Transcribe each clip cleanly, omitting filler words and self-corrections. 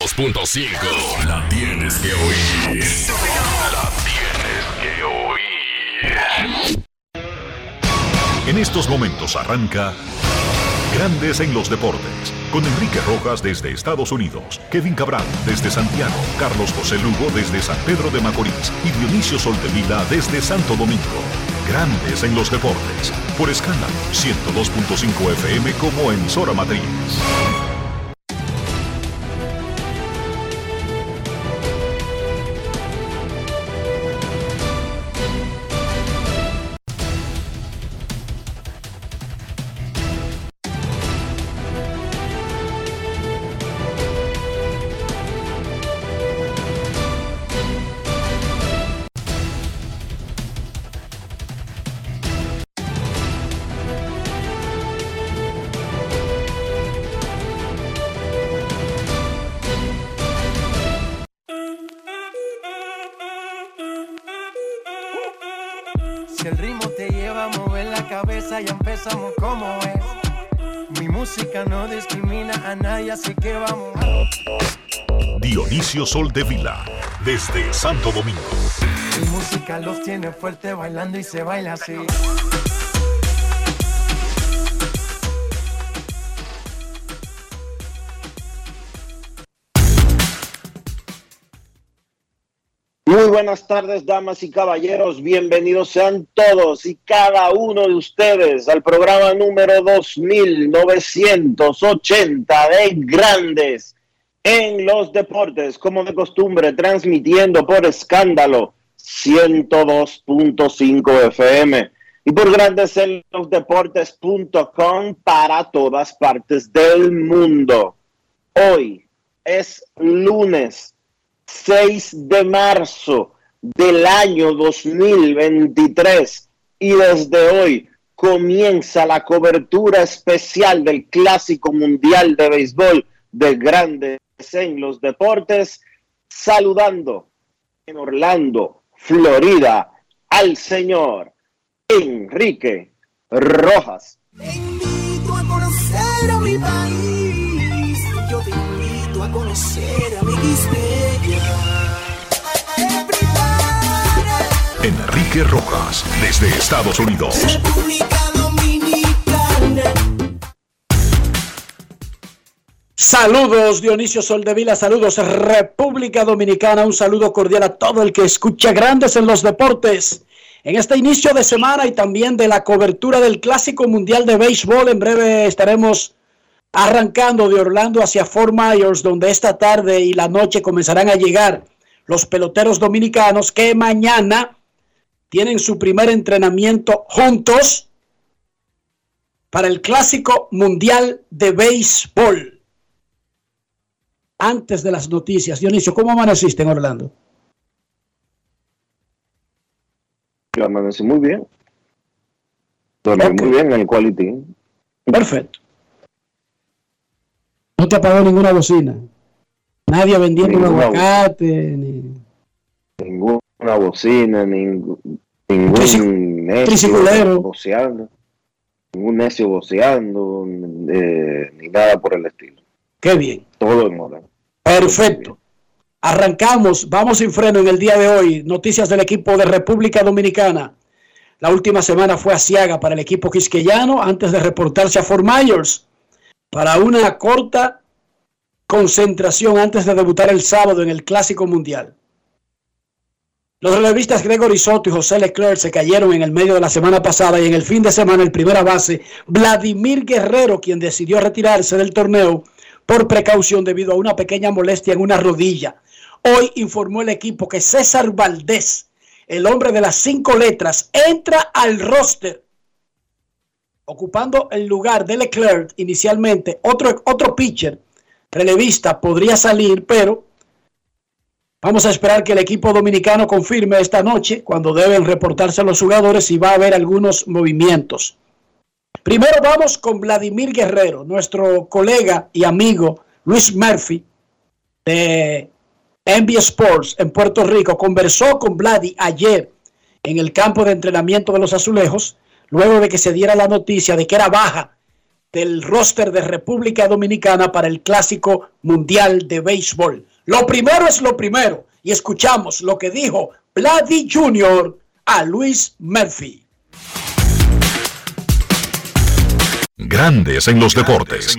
102.5. La tienes que oír. La tienes que oír. En estos momentos arranca Grandes en los Deportes, con Enrique Rojas desde Estados Unidos, Kevin Cabral desde Santiago, Carlos José Lugo desde San Pedro de Macorís y Dionisio Soltevila desde Santo Domingo. Grandes en los Deportes, por Escándalo 102.5 FM como emisora matriz. Si el ritmo te lleva a mover la cabeza, ya empezamos como es. Mi música no discrimina a nadie, así que vamos. Dionisio Soltevila, desde Santo Domingo. Mi música los tiene fuerte bailando y se baila así. Muy buenas tardes, damas y caballeros. Bienvenidos sean todos y cada uno de ustedes al programa número 2980 de Grandes en los Deportes, como de costumbre, transmitiendo por Escándalo 102.5 FM y por grandesenlosdeportes.com para todas partes del mundo. Hoy es lunes 6 de marzo del año 2023 y desde hoy comienza la cobertura especial del Clásico Mundial de Béisbol de Grandes en los Deportes, saludando en Orlando, Florida, al señor Enrique Rojas. Te invito a conocer a mi país, yo te invito a conocer a mi Quispeya. Enrique Rojas, desde Estados Unidos. República Dominicana. Saludos Dionisio Soldevila, saludos República Dominicana, un saludo cordial a todo el que escucha Grandes en los Deportes. En este inicio de semana y también de la cobertura del Clásico Mundial de Béisbol, en breve estaremos arrancando de Orlando hacia Fort Myers, donde esta tarde y la noche comenzarán a llegar los peloteros dominicanos que mañana tienen su primer entrenamiento juntos para el Clásico Mundial de Béisbol. Antes de las noticias, Dionisio, ¿cómo amaneciste en Orlando? Yo amanecí muy bien. Dormí muy bien en el Quality. Perfecto. No te apagó ninguna bocina. Nadie vendiendo un aguacate. Ninguna bocina, ningún triciculero. voceando. Ningún necio voceando, ni nada por el estilo. Qué bien. Todo en orden. Perfecto. Arrancamos, vamos sin freno en el día de hoy. Noticias del equipo de República Dominicana. La última semana fue aciaga para el equipo quisqueyano antes de reportarse a Fort Myers para una corta concentración antes de debutar el sábado en el Clásico Mundial. Los relevistas Gregory Soto y José Leclerc se cayeron en el medio de la semana pasada y en el fin de semana el primera base Vladimir Guerrero, quien decidió retirarse del torneo por precaución debido a una pequeña molestia en una rodilla. Hoy informó el equipo que César Valdés, el hombre de las 5 letras, entra al roster, ocupando el lugar de Leclerc inicialmente. Otro pitcher relevista podría salir, pero vamos a esperar que el equipo dominicano confirme esta noche, cuando deben reportarse los jugadores, si va a haber algunos movimientos. Primero vamos con Vladimir Guerrero. Nuestro colega y amigo Luis Murphy de NB Sports en Puerto Rico conversó con Vladi ayer en el campo de entrenamiento de los Azulejos, luego de que se diera la noticia de que era baja del roster de República Dominicana para el Clásico Mundial de Béisbol. Lo primero es lo primero, y escuchamos lo que dijo Vladdy Jr. a Luis Murphy. Grandes en los deportes.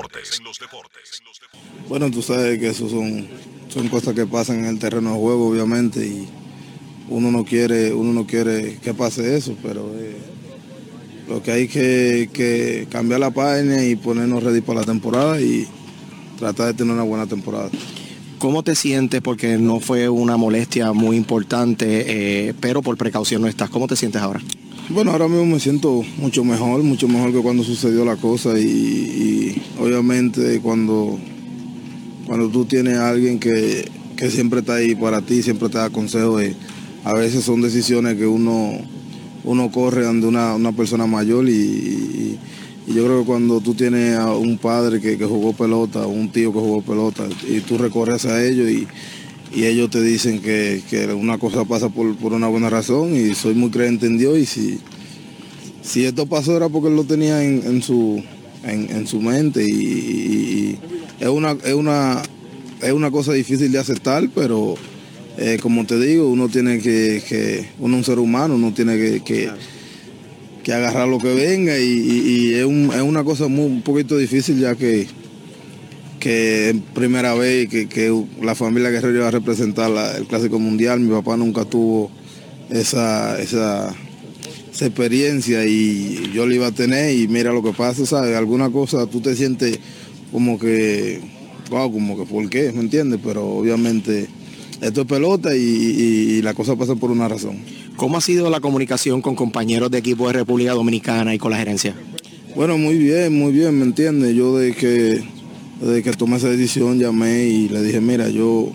Bueno, tú sabes que eso son cosas que pasan en el terreno de juego, obviamente, y uno no quiere que pase eso, pero lo que hay que cambiar la página y ponernos ready para la temporada y tratar de tener una buena temporada. ¿Cómo te sientes? Porque no fue una molestia muy importante, pero por precaución no estás. ¿Cómo te sientes ahora? Bueno, ahora mismo me siento mucho mejor que cuando sucedió la cosa y obviamente cuando tú tienes a alguien que siempre está ahí para ti, siempre te da consejos, a veces son decisiones que uno corre ante una persona mayor y yo creo que cuando tú tienes a un padre que jugó pelota, un tío que jugó pelota y tú recorres a ellos y ellos te dicen que una cosa pasa por una buena razón y soy muy creyente en Dios y si esto pasó era porque él lo tenía en su mente y es una cosa difícil de aceptar, pero como te digo, uno tiene uno es un ser humano, uno tiene que agarrar lo que venga y es una cosa un poquito difícil ya que es primera vez que la familia Guerrero iba a representar el Clásico Mundial. Mi papá nunca tuvo esa experiencia y yo la iba a tener y mira lo que pasa, ¿sabes? Alguna cosa tú te sientes como que, wow, como que ¿por qué? ¿Me entiendes? Pero obviamente esto es pelota y la cosa pasa por una razón. ¿Cómo ha sido la comunicación con compañeros de equipo de República Dominicana y con la gerencia? Bueno, muy bien, ¿me entiendes? Yo desde que tomé esa decisión llamé y le dije, mira, esto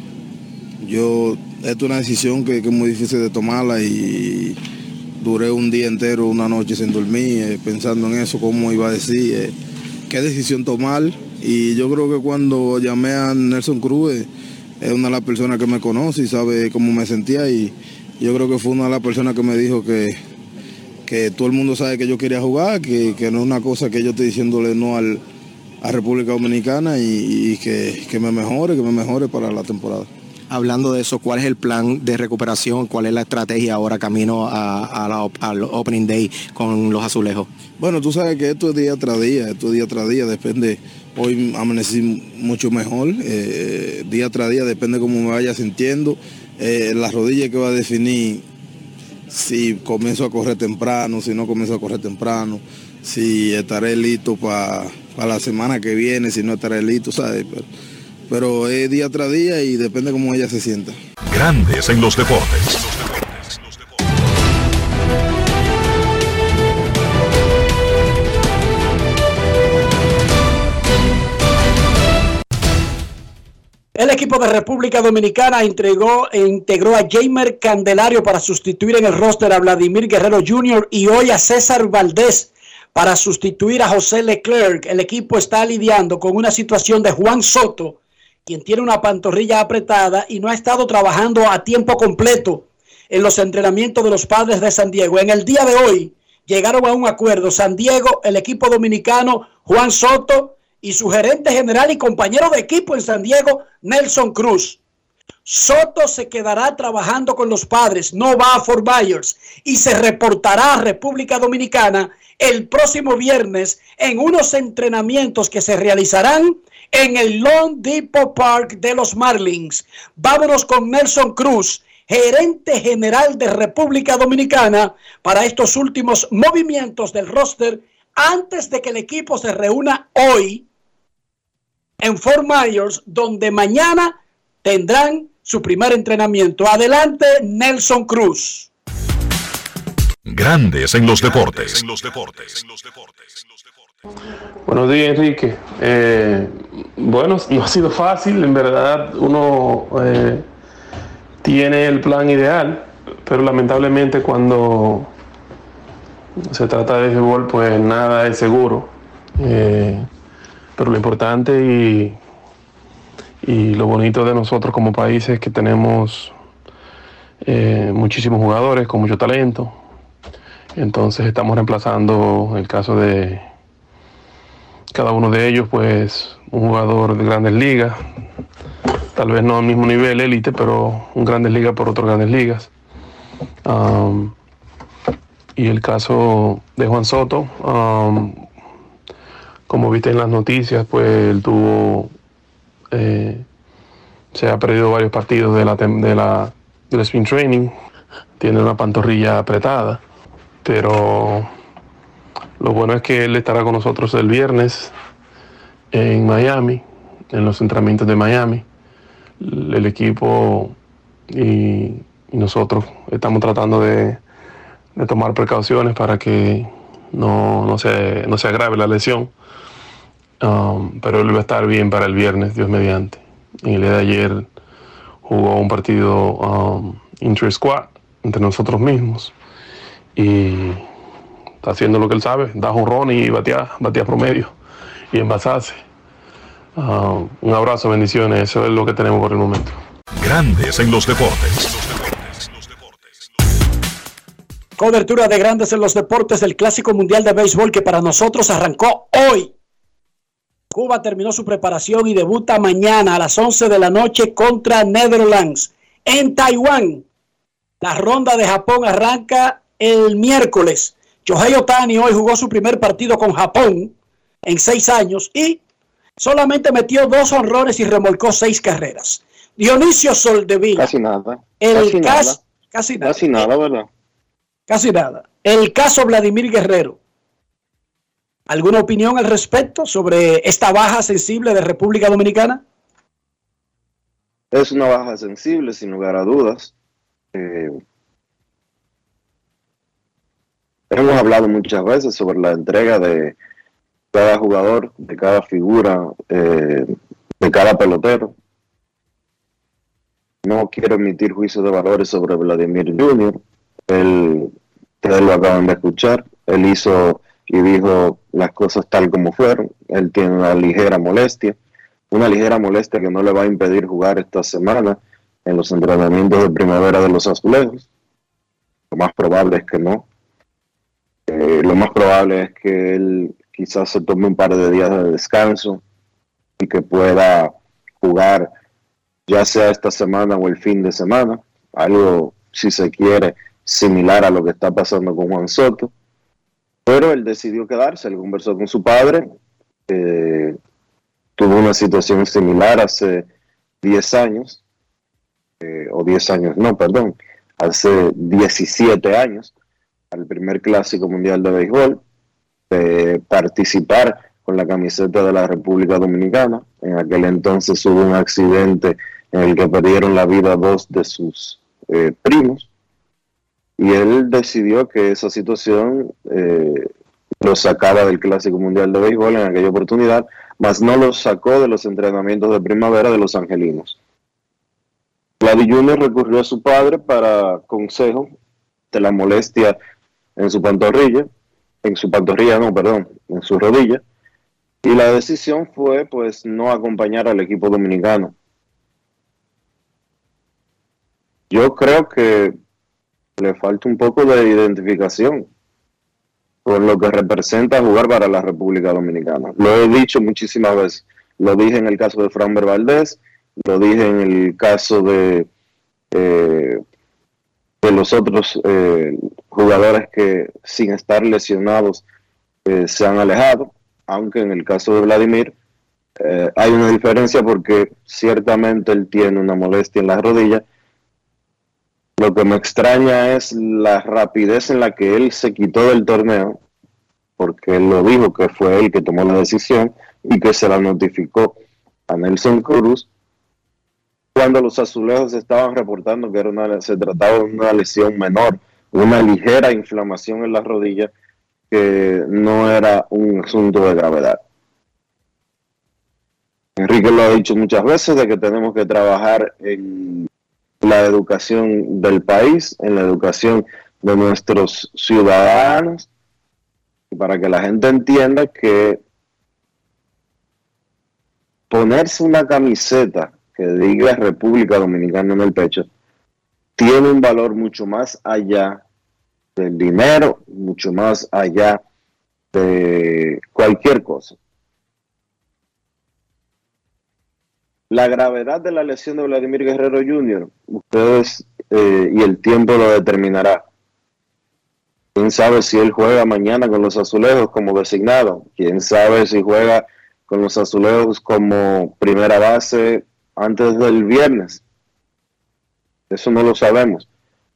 es una decisión que es muy difícil de tomarla y duré un día entero, una noche sin dormir, pensando en eso, cómo iba a decir, qué decisión tomar. Y yo creo que cuando llamé a Nelson Cruz, es una de las personas que me conoce y sabe cómo me sentía y yo creo que fue una de las personas que me dijo que todo el mundo sabe que yo quería jugar, que no es una cosa que yo esté diciéndole no a República Dominicana y que me mejore para la temporada. Hablando de eso, ¿cuál es el plan de recuperación? ¿Cuál es la estrategia ahora camino al Opening Day con los azulejos? Bueno, tú sabes que esto es día tras día, depende. Hoy amanecí mucho mejor, día tras día, depende cómo me vaya sintiendo. La rodilla que va a definir si comienzo a correr temprano, si no comienzo a correr temprano, si estaré listo para la semana que viene, si no estaré listo, ¿sabes? Pero es día tras día y depende cómo ella se sienta. Grandes en los deportes. El equipo de República Dominicana integró a Jeimer Candelario para sustituir en el roster a Vladimir Guerrero Jr. y hoy a César Valdés para sustituir a José Leclerc. El equipo está lidiando con una situación de Juan Soto, quien tiene una pantorrilla apretada y no ha estado trabajando a tiempo completo en los entrenamientos de los Padres de San Diego. En el día de hoy llegaron a un acuerdo San Diego, el equipo dominicano, Juan Soto y su gerente general y compañero de equipo en San Diego, Nelson Cruz. Soto se quedará trabajando con los Padres, no va a Fort Myers y se reportará a República Dominicana el próximo viernes en unos entrenamientos que se realizarán en el Lone Depot Park de los Marlins. Vámonos con Nelson Cruz, gerente general de República Dominicana, para estos últimos movimientos del roster antes de que el equipo se reúna hoy en Fort Myers, donde mañana tendrán su primer entrenamiento. Adelante, Nelson Cruz. Grandes en los deportes. Buenos días, Enrique. Bueno, no ha sido fácil, en verdad uno tiene el plan ideal, pero lamentablemente cuando se trata de béisbol, pues nada es seguro. Pero lo importante y lo bonito de nosotros como país es que tenemos muchísimos jugadores con mucho talento. Entonces estamos reemplazando el caso de cada uno de ellos pues un jugador de grandes ligas, tal vez no al mismo nivel élite, pero un grandes ligas por otras grandes ligas. Y el caso de Juan Soto, como viste en las noticias, pues él tuvo, se ha perdido varios partidos del spring training, tiene una pantorrilla apretada, pero lo bueno es que él estará con nosotros el viernes en Miami, en los entrenamientos de Miami. El equipo y nosotros estamos tratando de tomar precauciones para que no se agrave la lesión, pero él va a estar bien para el viernes, Dios mediante. En el día de ayer jugó un partido inter-squad entre nosotros mismos y está haciendo lo que él sabe, da jonrón y batea promedio y envasarse. Un abrazo, bendiciones, eso es lo que tenemos por el momento. Grandes en los deportes. Cobertura de Grandes en los deportes del Clásico Mundial de Béisbol que para nosotros arrancó hoy. Cuba terminó su preparación y debuta mañana a las 11 de la noche contra Netherlands en Taiwán. La ronda de Japón arranca el miércoles. Shohei Ohtani hoy jugó su primer partido con Japón en 6 años y solamente metió 2 honrones y remolcó 6 carreras. Dionisio Soldevila. Casi nada. Casi nada, ¿verdad? Casi nada. El caso Vladimir Guerrero. ¿Alguna opinión al respecto sobre esta baja sensible de República Dominicana? Es una baja sensible, sin lugar a dudas. Hemos hablado muchas veces sobre la entrega de cada jugador, de cada figura, de cada pelotero. No quiero emitir juicios de valores sobre Vladimir Jr. Ustedes lo acaban de escuchar. Él hizo y dijo las cosas tal como fueron. Él tiene una ligera molestia que no le va a impedir jugar esta semana en los entrenamientos de primavera de los Azulejos. Lo más probable es que no. Lo más probable es que él quizás se tome un par de días de descanso y que pueda jugar ya sea esta semana o el fin de semana, algo, si se quiere, similar a lo que está pasando con Juan Soto, pero él decidió quedarse. Él conversó con su padre, tuvo una situación similar hace 10 años, hace 17 años, al primer Clásico Mundial de Béisbol, de participar con la camiseta de la República Dominicana. En aquel entonces hubo un accidente en el que perdieron la vida 2 de sus primos, y él decidió que esa situación lo sacaba del Clásico Mundial de Béisbol en aquella oportunidad, mas no lo sacó de los entrenamientos de primavera de los angelinos. Vladdy Jr. recurrió a su padre para consejo de la molestia en su rodilla, y la decisión fue pues no acompañar al equipo dominicano. Yo creo que le falta un poco de identificación con lo que representa jugar para la República Dominicana. Lo he dicho muchísimas veces, lo dije en el caso de Framber Valdez, lo dije en el caso de los otros jugadores que sin estar lesionados se han alejado, aunque en el caso de Vladimir hay una diferencia porque ciertamente él tiene una molestia en la rodilla. Lo que me extraña es la rapidez en la que él se quitó del torneo, porque él lo dijo que fue él que tomó la decisión y que se la notificó a Nelson Cruz, cuando los Azulejos estaban reportando que se trataba de una lesión menor, una ligera inflamación en la rodilla, que no era un asunto de gravedad. Enrique lo ha dicho muchas veces de que tenemos que trabajar en la educación del país, en la educación de nuestros ciudadanos, para que la gente entienda que ponerse una camiseta que diga República Dominicana en el pecho tiene un valor mucho más allá del dinero, mucho más allá de cualquier cosa. la gravedad de la lesión de Vladimir Guerrero Jr., ustedes y el tiempo lo determinará. ¿Quién sabe si él juega mañana con los Azulejos como designado? ¿Quién sabe si juega con los Azulejos como primera base antes del viernes? Eso no lo sabemos.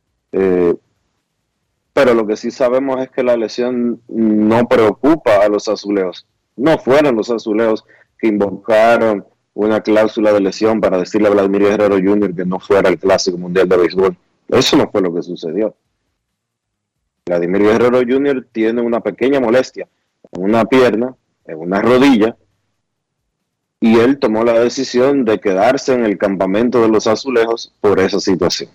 Pero lo que sí sabemos es que la lesión no preocupa a los Azulejos. No fueron los Azulejos que invocaron una cláusula de lesión para decirle a Vladimir Guerrero Jr. que no fuera el Clásico Mundial de Béisbol. Eso no fue lo que sucedió. Vladimir Guerrero Jr. tiene una pequeña molestia en una pierna, en una rodilla, y él tomó la decisión de quedarse en el campamento de los Azulejos por esa situación.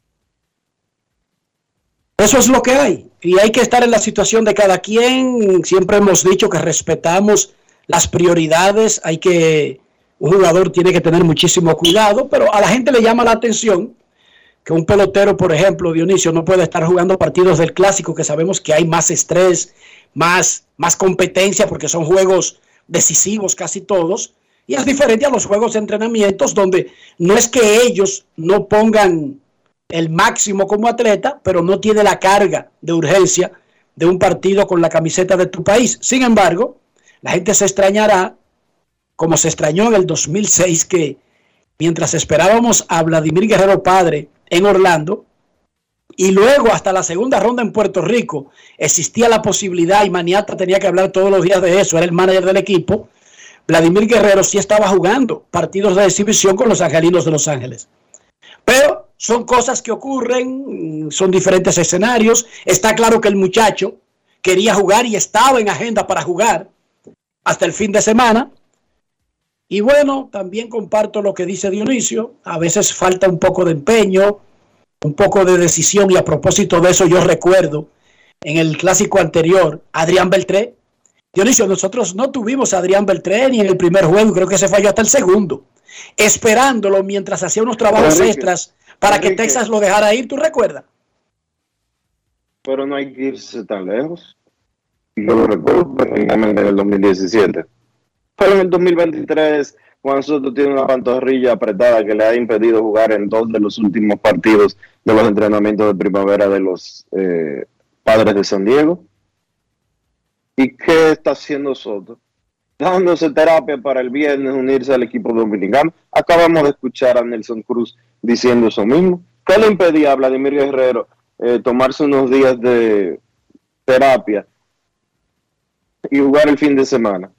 Eso es lo que hay, y hay que estar en la situación de cada quien. Siempre hemos dicho que respetamos las prioridades, un jugador tiene que tener muchísimo cuidado, pero a la gente le llama la atención que un pelotero, por ejemplo, Dionisio, no puede estar jugando partidos del Clásico, que sabemos que hay más estrés, más competencia, porque son juegos decisivos casi todos, y es diferente a los juegos de entrenamientos, donde no es que ellos no pongan el máximo como atleta, pero no tiene la carga de urgencia de un partido con la camiseta de tu país. Sin embargo, la gente se extrañará, como se extrañó en el 2006, que mientras esperábamos a Vladimir Guerrero padre en Orlando, y luego hasta la segunda ronda en Puerto Rico, existía la posibilidad, y Maniata tenía que hablar todos los días de eso, era el manager del equipo. Vladimir Guerrero sí estaba jugando partidos de exhibición con los Angelinos de Los Ángeles. Pero son cosas que ocurren, son diferentes escenarios. Está claro que el muchacho quería jugar y estaba en agenda para jugar hasta el fin de semana. Y bueno, también comparto lo que dice Dionisio. A veces falta un poco de empeño, un poco de decisión. Y a propósito de eso, yo recuerdo en el clásico anterior, Adrián Beltré. Dionisio, nosotros no tuvimos a Adrián Beltré ni en el primer juego, creo que se falló hasta el segundo, esperándolo mientras hacía unos trabajos extras para que Texas lo dejara ir, ¿tú recuerdas? Pero no hay que irse tan lejos. Yo lo recuerdo perfectamente en el 2017. Pero en el 2023, Juan Soto tiene una pantorrilla apretada que le ha impedido jugar en 2 de los últimos partidos de los entrenamientos de primavera de los Padres de San Diego. ¿Y qué está haciendo Soto? Dándose terapia para el viernes unirse al equipo dominicano. Acabamos de escuchar a Nelson Cruz diciendo eso mismo. ¿Qué le impedía a Vladimir Guerrero tomarse unos días de terapia y jugar el fin de semana?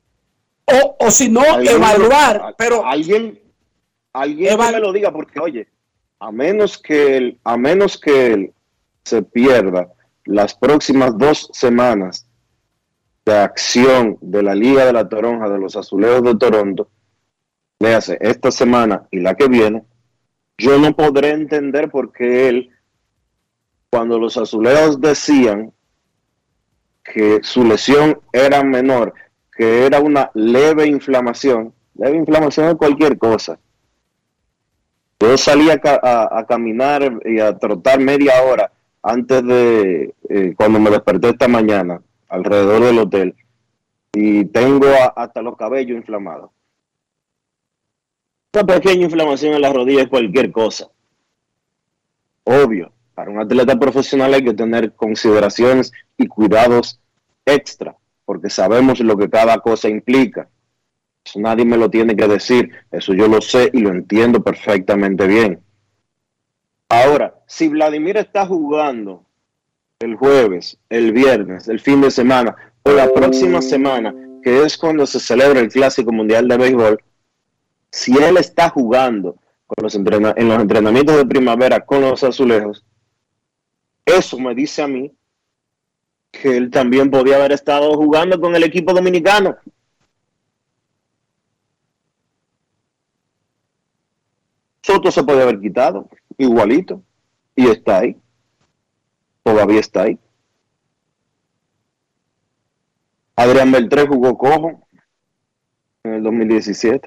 O si no, evaluar. Pero alguien que me lo diga, porque oye, a menos que él se pierda las próximas 2 semanas de acción de la Liga de la Toronja de los Azulejos de Toronto, le hace esta semana y la que viene, yo no podré entender por qué él, cuando los Azulejos decían que su lesión era menor, que era una leve inflamación es cualquier cosa. Yo salí a caminar y a trotar media hora antes de cuando me desperté esta mañana alrededor del hotel, y tengo hasta los cabellos inflamados. Una pequeña inflamación en la rodilla es cualquier cosa. Obvio, para un atleta profesional hay que tener consideraciones y cuidados extra, porque sabemos lo que cada cosa implica. Eso nadie me lo tiene que decir, eso yo lo sé y lo entiendo perfectamente bien. Ahora, si Vladimir está jugando el jueves, el viernes, el fin de semana o la próxima semana, que es cuando se celebra el Clásico Mundial de Béisbol, si él está jugando en los entrenamientos de primavera con los Azulejos, eso me dice a mí que él también podía haber estado jugando con el equipo dominicano. Soto se puede haber quitado, igualito, y está ahí. Todavía está ahí. Adrián Beltré jugó cojo en el 2017.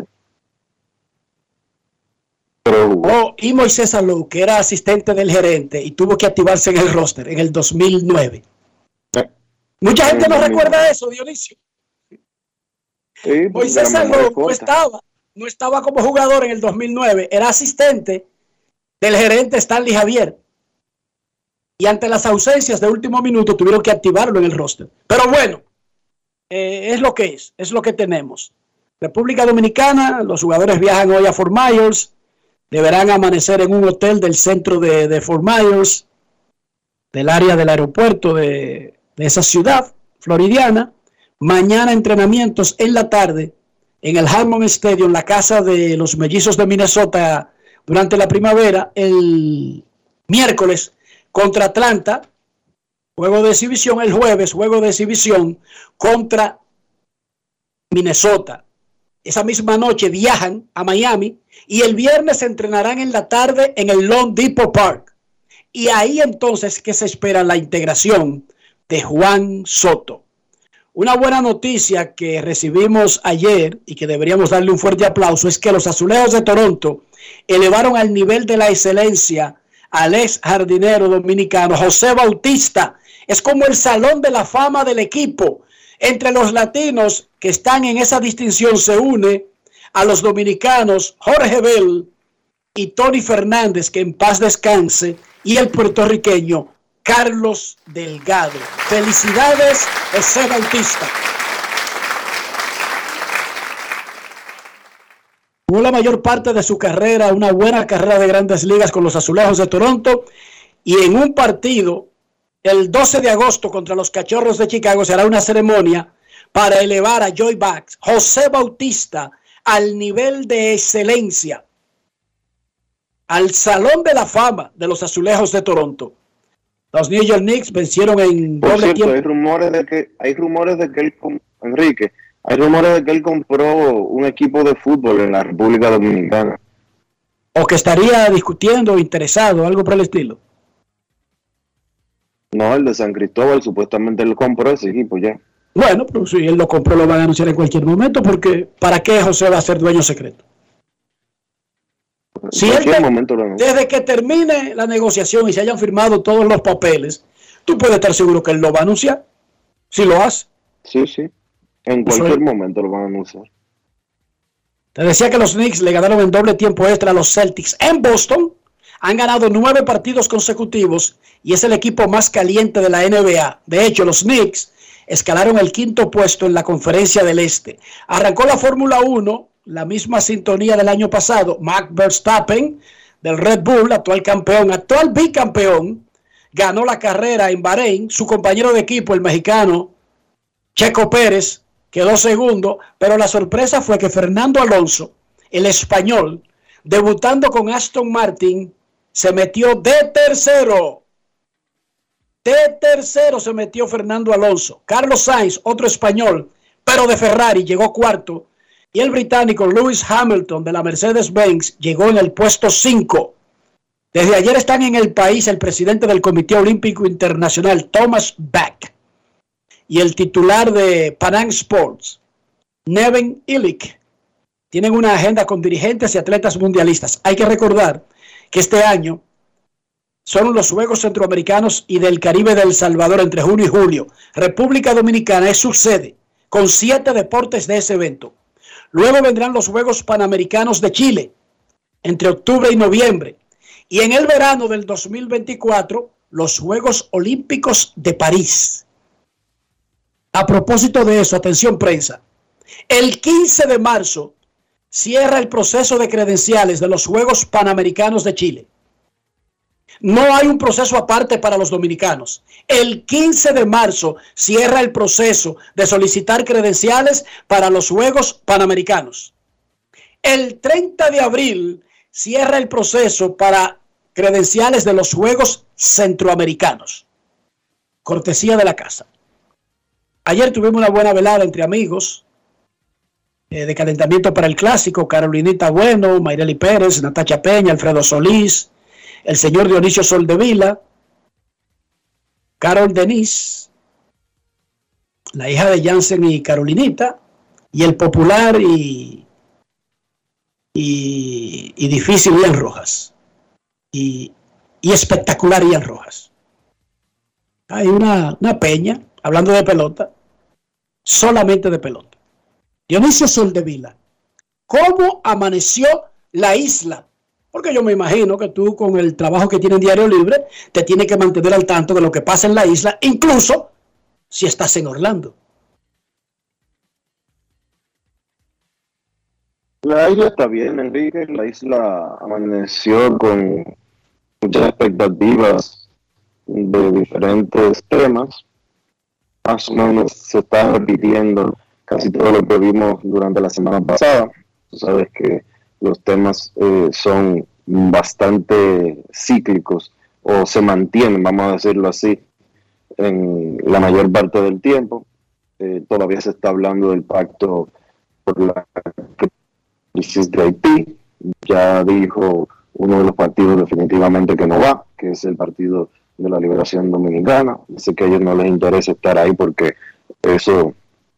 Pero jugó. Y Moisés Alou, que era asistente del gerente y tuvo que activarse en el roster en el 2009. Mucha gente no recuerda eso, Dionisio. Sí, Moisés Alou no estaba. no estaba como jugador en el 2009, era asistente del gerente Stanley Javier. Y ante las ausencias de último minuto tuvieron que activarlo en el roster. Pero bueno, es lo que es lo que tenemos. República Dominicana, los jugadores viajan hoy a Fort Myers, deberán amanecer en un hotel del centro de Fort Myers, del área del aeropuerto de esa ciudad floridiana. Mañana entrenamientos en la tarde en el Hammond Stadium, la casa de los Mellizos de Minnesota durante la primavera. El miércoles contra Atlanta, juego de exhibición. El jueves, juego de exhibición contra Minnesota. Esa misma noche viajan a Miami y el viernes se entrenarán en la tarde en el Lone Depot Park. Y ahí entonces que se espera la integración de Juan Soto. Una buena noticia que recibimos ayer y que deberíamos darle un fuerte aplauso es que los Azulejos de Toronto elevaron al nivel de la excelencia al ex jardinero dominicano José Bautista. Es como el salón de la fama del equipo. Entre los latinos que están en esa distinción se une a los dominicanos Jorge Bell y Tony Fernández, que en paz descanse, y el puertorriqueño Carlos Delgado. Felicidades, José Bautista. Jugó la mayor parte de su carrera, una buena carrera de Grandes Ligas con los Azulejos de Toronto, y en un partido el 12 de agosto contra los Cachorros de Chicago se hará una ceremonia para elevar a Joey Bats, José Bautista, al nivel de excelencia, al Salón de la Fama de los Azulejos de Toronto. Los New York Knicks vencieron en doble tiempo. Hay rumores de que Enrique, hay rumores de que él compró un equipo de fútbol en la República Dominicana. O que estaría discutiendo o interesado, algo por el estilo. No, el de San Cristóbal, supuestamente él compró ese equipo ya. Bueno, pero si él lo compró, lo van a anunciar en cualquier momento, porque ¿para qué José va a ser dueño secreto? Si él desde que termine la negociación y se hayan firmado todos los papeles, tú puedes estar seguro que él lo va a anunciar. Si lo hace. Sí. En cualquier momento lo van a anunciar. Te decía que los Knicks le ganaron en doble tiempo extra a los Celtics en Boston. Han ganado 9 partidos consecutivos y es el equipo más caliente de la NBA. De hecho, los Knicks escalaron el 5º puesto en la Conferencia del Este. Arrancó la Fórmula 1, la misma sintonía del año pasado. Max Verstappen, del Red Bull, actual campeón, actual bicampeón, ganó la carrera en Bahrein. Su compañero de equipo, el mexicano Checo Pérez, quedó segundo, pero la sorpresa fue que Fernando Alonso, el español, debutando con Aston Martin, se metió de tercero. De tercero se metió Fernando Alonso. Carlos Sainz, otro español, pero de Ferrari, llegó cuarto. Y el británico Lewis Hamilton de la Mercedes-Benz llegó en el puesto 5. Desde ayer están en el país el presidente del Comité Olímpico Internacional, Thomas Bach, y el titular de Pan Am Sports, Neven Illich. Tienen una agenda con dirigentes y atletas mundialistas. Hay que recordar que este año son los Juegos Centroamericanos y del Caribe de El Salvador entre junio y julio. República Dominicana es su sede, con 7 deportes de ese evento. Luego vendrán los Juegos Panamericanos de Chile, entre octubre y noviembre. Y en el verano del 2024, los Juegos Olímpicos de París. A propósito de eso, atención prensa, el 15 de marzo cierra el proceso de credenciales de los Juegos Panamericanos de Chile. No hay un proceso aparte para los dominicanos. El 15 de marzo cierra el proceso de solicitar credenciales para los Juegos Panamericanos. El 30 de abril cierra el proceso para credenciales de los Juegos Centroamericanos. Cortesía de la casa. Ayer tuvimos una buena velada entre amigos de calentamiento para el Clásico. Carolinita Bueno, Mayreli Pérez, Natacha Peña, Alfredo Solís, el señor Dionisio Soldevila, Carol Denise, la hija de Jansen y Carolinita, y el popular y difícil Ian Rojas, y espectacular Ian Rojas. Hay una peña, hablando de pelota, solamente de pelota. Dionisio Soldevila, ¿Cómo amaneció la isla? Porque yo me imagino que tú, con el trabajo que tiene en Diario Libre, te tienes que mantener al tanto de lo que pasa en la isla, incluso si estás en Orlando. La isla está bien, Enrique. La isla amaneció con muchas expectativas de diferentes temas. Más o menos se está repitiendo casi todo lo que vimos durante la semana pasada. Tú sabes que los temas son bastante cíclicos o se mantienen, vamos a decirlo así, en la mayor parte del tiempo. Todavía se está hablando del pacto por la crisis de Haití. Ya dijo uno de los partidos definitivamente que no va, que es el Partido de la Liberación Dominicana. Dice que a ellos no les interesa estar ahí porque eso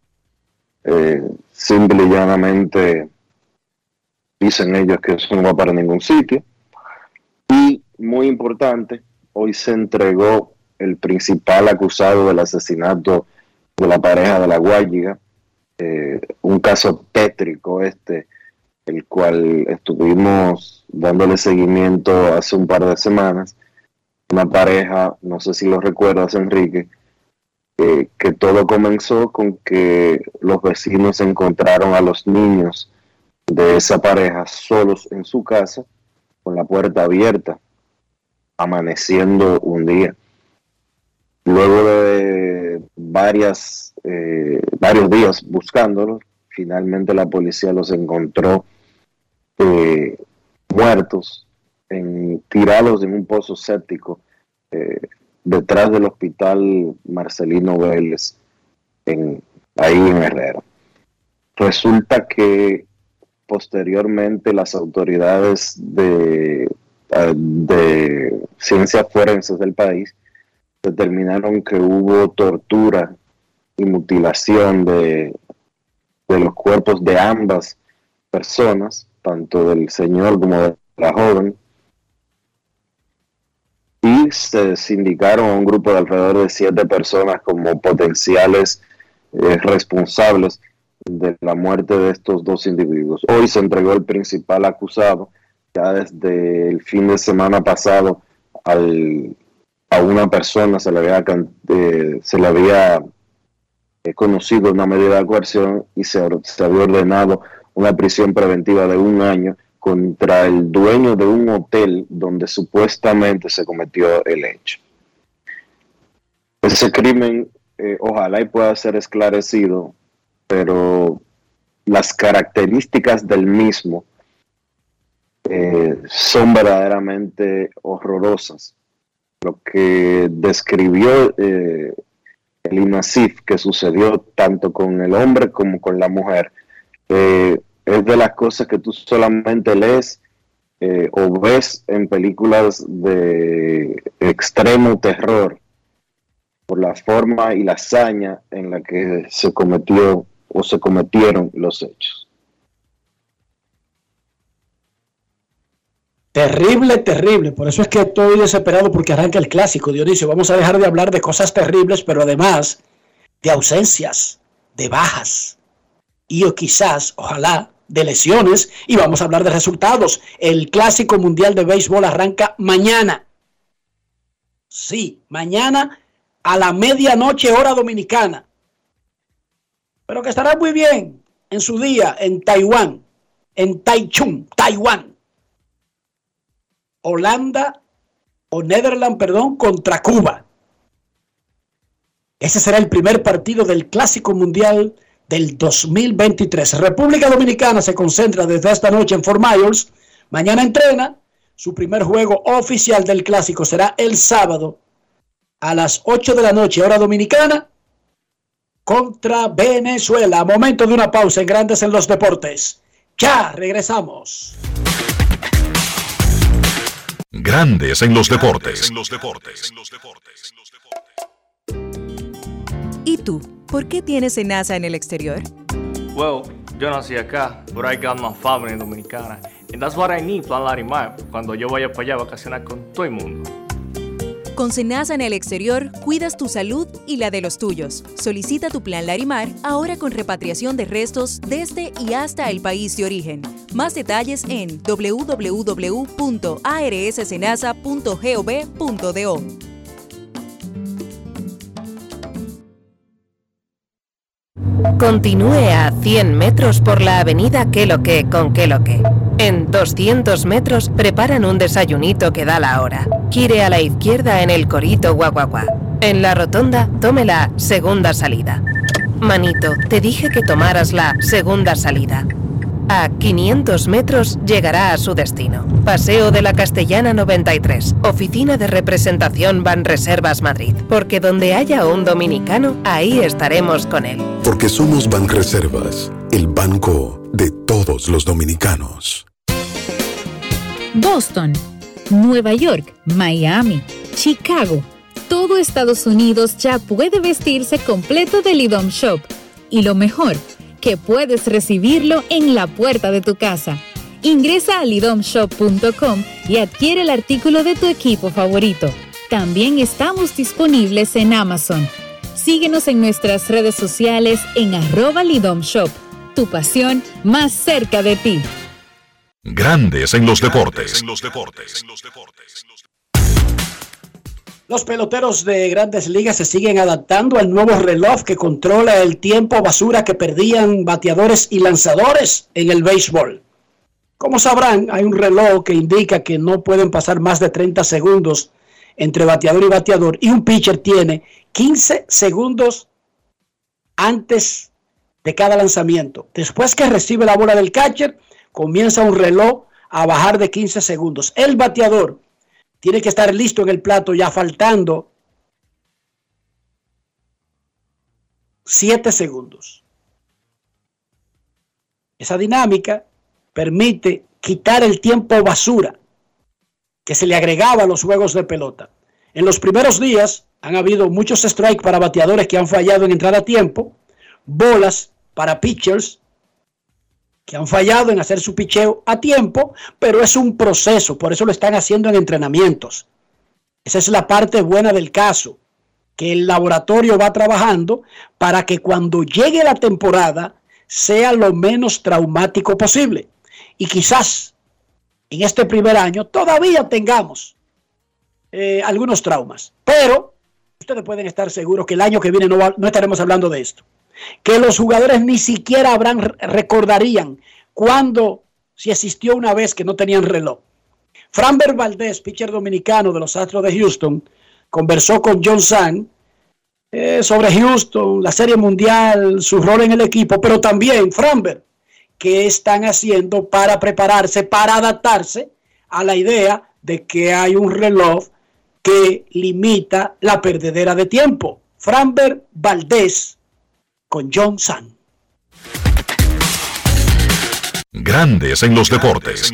simple y llanamente dicen ellos que eso no va para ningún sitio. Y muy importante, hoy se entregó el principal acusado del asesinato de la pareja de La Guayiga, un caso tétrico el cual estuvimos dándole seguimiento hace un par de semanas. Una pareja, no sé si lo recuerdas, Enrique, que todo comenzó con que los vecinos encontraron a los niños de esa pareja solos en su casa, con la puerta abierta, amaneciendo un día. Luego de varios días buscándolos, finalmente la policía los encontró muertos, tirados en un pozo séptico detrás del hospital Marcelino Vélez, ahí en Herrera. Resulta que posteriormente las autoridades de ciencias forenses del país determinaron que hubo tortura y mutilación de los cuerpos de ambas personas, tanto del señor como de la joven, y se sindicaron a un grupo de alrededor de 7 personas como potenciales responsables de la muerte de estos 2 individuos. Hoy se entregó el principal acusado. Ya desde el fin de semana pasado a una persona se le había conocido una medida de coerción y se había ordenado una prisión preventiva de 1 año contra el dueño de un hotel donde supuestamente se cometió el hecho. Ese crimen ojalá y pueda ser esclarecido, pero las características del mismo son verdaderamente horrorosas. Lo que describió el INASIF que sucedió tanto con el hombre como con la mujer es de las cosas que tú solamente lees o ves en películas de extremo terror por la forma y la hazaña en la que se cometió o se cometieron los hechos. Terrible, terrible. Por eso es que estoy desesperado porque arranca el clásico, Dionisio. Vamos a dejar de hablar de cosas terribles, pero además de ausencias, de bajas y o quizás, ojalá, de lesiones, y vamos a hablar de resultados. El Clásico Mundial de Béisbol arranca mañana. Sí, mañana a la medianoche hora dominicana. Pero que estará muy bien en su día en Taiwán, en Taichung, Taiwán. Holanda o Netherlands, contra Cuba. Ese será el primer partido del Clásico Mundial del 2023. República Dominicana se concentra desde esta noche en Fort Myers. Mañana entrena. Su primer juego oficial del Clásico será el sábado a las 8 de la noche, hora dominicana, contra Venezuela. Momento de una pausa en Grandes en los Deportes. Ya regresamos. Grandes en los Deportes. ¿Y tú? ¿Por qué tienes SENASA en el exterior? Well, yo nací acá, but I got my family dominicana. And that's what I need, Plan Larimar, cuando yo vaya para allá a vacacionar con todo el mundo. Con Senasa en el exterior, cuidas tu salud y la de los tuyos. Solicita tu plan Larimar ahora con repatriación de restos desde y hasta el país de origen. Más detalles en www.arssenasa.gov.do. Continúe a 100 metros por la avenida Queloque con Queloque. En 200 metros preparan un desayunito que da la hora. Gire a la izquierda en el Corito Guaguaguá. En la rotonda, tome la segunda salida. Manito, te dije que tomaras la segunda salida. A 500 metros llegará a su destino. Paseo de la Castellana 93. Oficina de representación Banreservas Madrid. Porque donde haya un dominicano, ahí estaremos con él. Porque somos Banreservas, el banco de todos los dominicanos. Boston, Nueva York, Miami, Chicago. Todo Estados Unidos ya puede vestirse completo del IDOM Shop. Y lo mejor, que puedes recibirlo en la puerta de tu casa. Ingresa a lidomshop.com y adquiere el artículo de tu equipo favorito. También estamos disponibles en Amazon. Síguenos en nuestras redes sociales en @lidomshop. Tu pasión más cerca de ti. Grandes en los deportes. Los peloteros de Grandes Ligas se siguen adaptando al nuevo reloj que controla el tiempo basura que perdían bateadores y lanzadores en el béisbol. Como sabrán, hay un reloj que indica que no pueden pasar más de 30 segundos entre bateador y bateador, y un pitcher tiene 15 segundos antes de cada lanzamiento. Después que recibe la bola del catcher, comienza un reloj a bajar de 15 segundos. El bateador tiene que estar listo en el plato ya faltando 7 segundos. Esa dinámica permite quitar el tiempo basura que se le agregaba a los juegos de pelota. En los primeros días han habido muchos strikes para bateadores que han fallado en entrar a tiempo, bolas para pitchers que han fallado en hacer su picheo a tiempo, pero es un proceso, por eso lo están haciendo en entrenamientos. Esa es la parte buena del caso, que el laboratorio va trabajando para que cuando llegue la temporada sea lo menos traumático posible. Y quizás en este primer año todavía tengamos algunos traumas, pero ustedes pueden estar seguros que el año que viene no estaremos hablando de esto. Que los jugadores ni siquiera recordarían cuando, si existió una vez que no tenían reloj. Framber Valdez, pitcher dominicano de los Astros de Houston, conversó con John San sobre Houston, la Serie Mundial, su rol en el equipo, pero también Framber, qué están haciendo para prepararse, para adaptarse a la idea de que hay un reloj que limita la perdedera de tiempo. Framber Valdez con John San. Grandes en los deportes.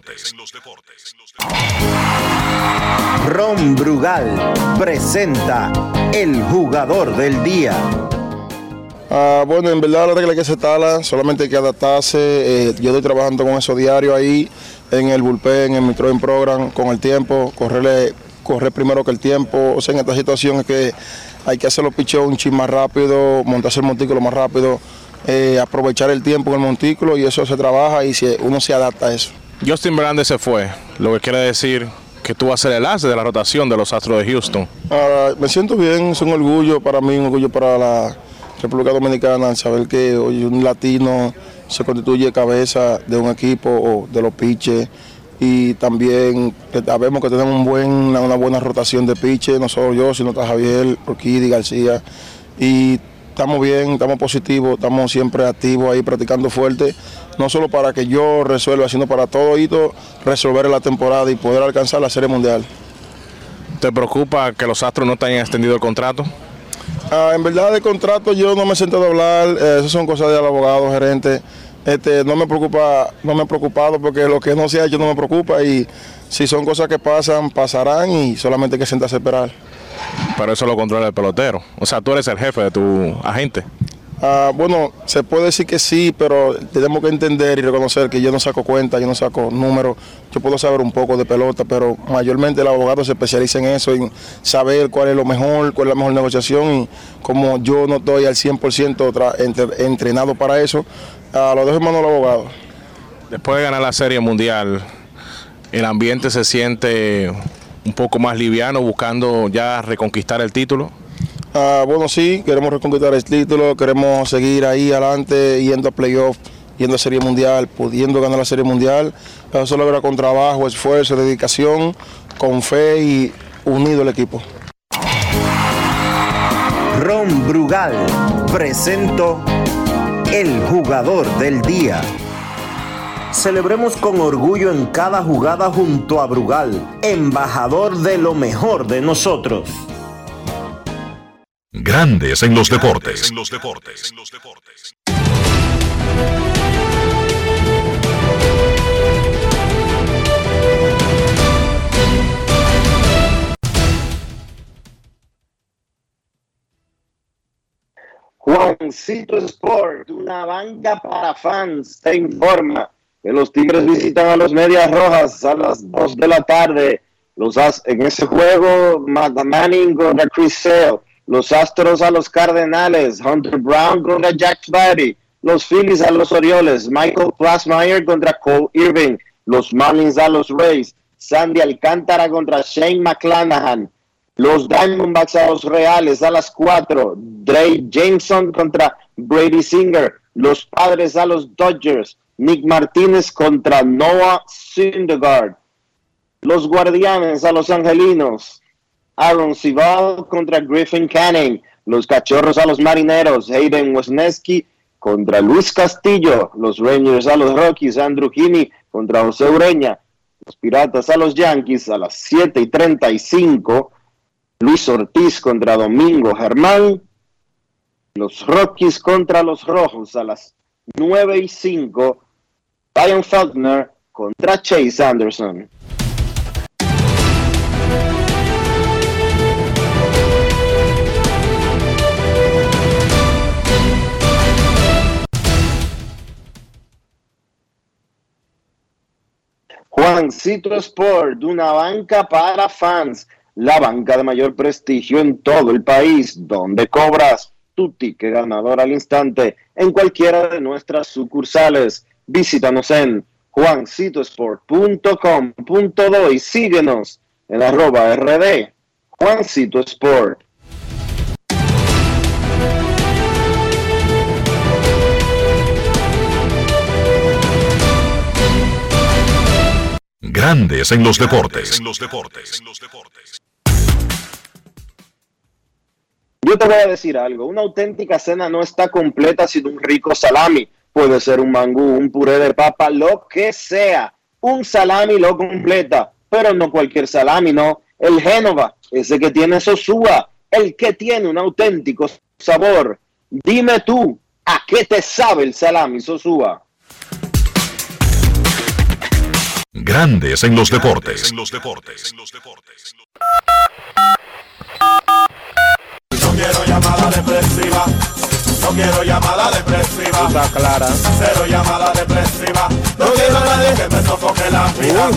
Ron Brugal presenta el jugador del día. Bueno, en verdad la regla hay que aceptarla, solamente hay que adaptarse. Yo estoy trabajando con eso diario ahí, en el bullpen, en mi throwing program, con el tiempo, correr primero que el tiempo. O sea, en esta situación es que hay que hacer los picheos un chin más rápido, montarse el montículo más rápido, aprovechar el tiempo en el montículo, y eso se trabaja y uno se adapta a eso. Justin Verlander se fue, lo que quiere decir que tú vas a ser el as de la rotación de los Astros de Houston. Me siento bien, es un orgullo para mí, un orgullo para la República Dominicana, saber que hoy un latino se constituye cabeza de un equipo o de los pitchers, y también sabemos que tenemos una buena rotación de pitchers, no solo yo, sino está Javier, Orquídez, García, y estamos bien, estamos positivos, estamos siempre activos ahí practicando fuerte, no solo para que yo resuelva, sino para todo resolver la temporada y poder alcanzar la Serie Mundial. ¿Te preocupa que los Astros no te hayan extendido el contrato? En verdad, de contrato yo no me he sentado a hablar, esas son cosas del abogado, gerente. No me he preocupado porque lo que no se ha hecho no me preocupa, y si son cosas que pasan, pasarán, y solamente hay que sentarse a esperar. Pero eso lo controla el pelotero, o sea, tú eres el jefe de tu agente. Bueno, se puede decir que sí, pero tenemos que entender y reconocer que yo no saco cuentas, yo no saco números, yo puedo saber un poco de pelota, pero mayormente el abogado se especializa en eso, en saber cuál es lo mejor, cuál es la mejor negociación, y como yo no estoy al 100% entrenado para eso, lo dejo en manos del abogado. Después de ganar la Serie Mundial, ¿el ambiente se siente un poco más liviano buscando ya reconquistar el título? Bueno, sí, queremos reconquistar el título, queremos seguir ahí adelante, yendo a playoff, yendo a Serie Mundial, pudiendo ganar la Serie Mundial. Eso se logra con trabajo, esfuerzo, dedicación, con fe y unido el equipo. Ron Brugal presentó el jugador del día. Celebremos con orgullo en cada jugada junto a Brugal, embajador de lo mejor de nosotros. Grandes en los deportes. Juancito Sport, una banca para fans, te informa que los Tigres visitan a los Medias Rojas a las 2 de la tarde. En ese juego, Manning contra Chris Sale. Los Astros a los Cardenales, Hunter Brown contra Jack Flaherty. Los Phillies a los Orioles, Michael Plasmayer contra Cole Irving. Los Marlins a los Rays, Sandy Alcántara contra Shane McClanahan. Los Diamondbacks a los Reales a las 4, Drake Jameson contra Brady Singer. Los Padres a los Dodgers, Nick Martínez contra Noah Syndergaard. Los Guardianes a los Angelinos, Aaron Civil contra Griffin Canning. Los Cachorros a los Marineros, Hayden Wesneski contra Luis Castillo. Los Rangers a los Rockies, Andrew Heaney contra José Ureña. Los Piratas a los Yankees a las 7:35. Luis Ortiz contra Domingo Germán. Los Rockies contra los Rojos a las 9:05. Ryan Faulkner contra Chase Anderson. Juancito Sport, una banca para fans, la banca de mayor prestigio en todo el país, donde cobras tu ticket ganador al instante en cualquiera de nuestras sucursales. Visítanos en juancitosport.com.do y síguenos en @RD Juancito Sport. Grandes en los deportes. Yo te voy a decir algo, una auténtica cena no está completa sin un rico salami. Puede ser un mangú, un puré de papa, lo que sea. Un salami lo completa, pero no cualquier salami, no. El Génova, ese que tiene Sosúa, el que tiene un auténtico sabor. Dime tú, ¿a qué te sabe el salami Sosúa? Grandes en los deportes. No quiero llamada depresiva. No quiero llamada depresiva. Está clara. Cero llamada depresiva. No quiero a nadie que me sofoque la vida.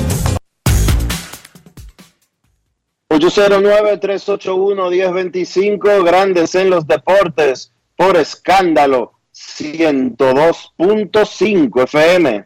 809-381-1025, Grandes en los deportes, por Escándalo 102.5 FM.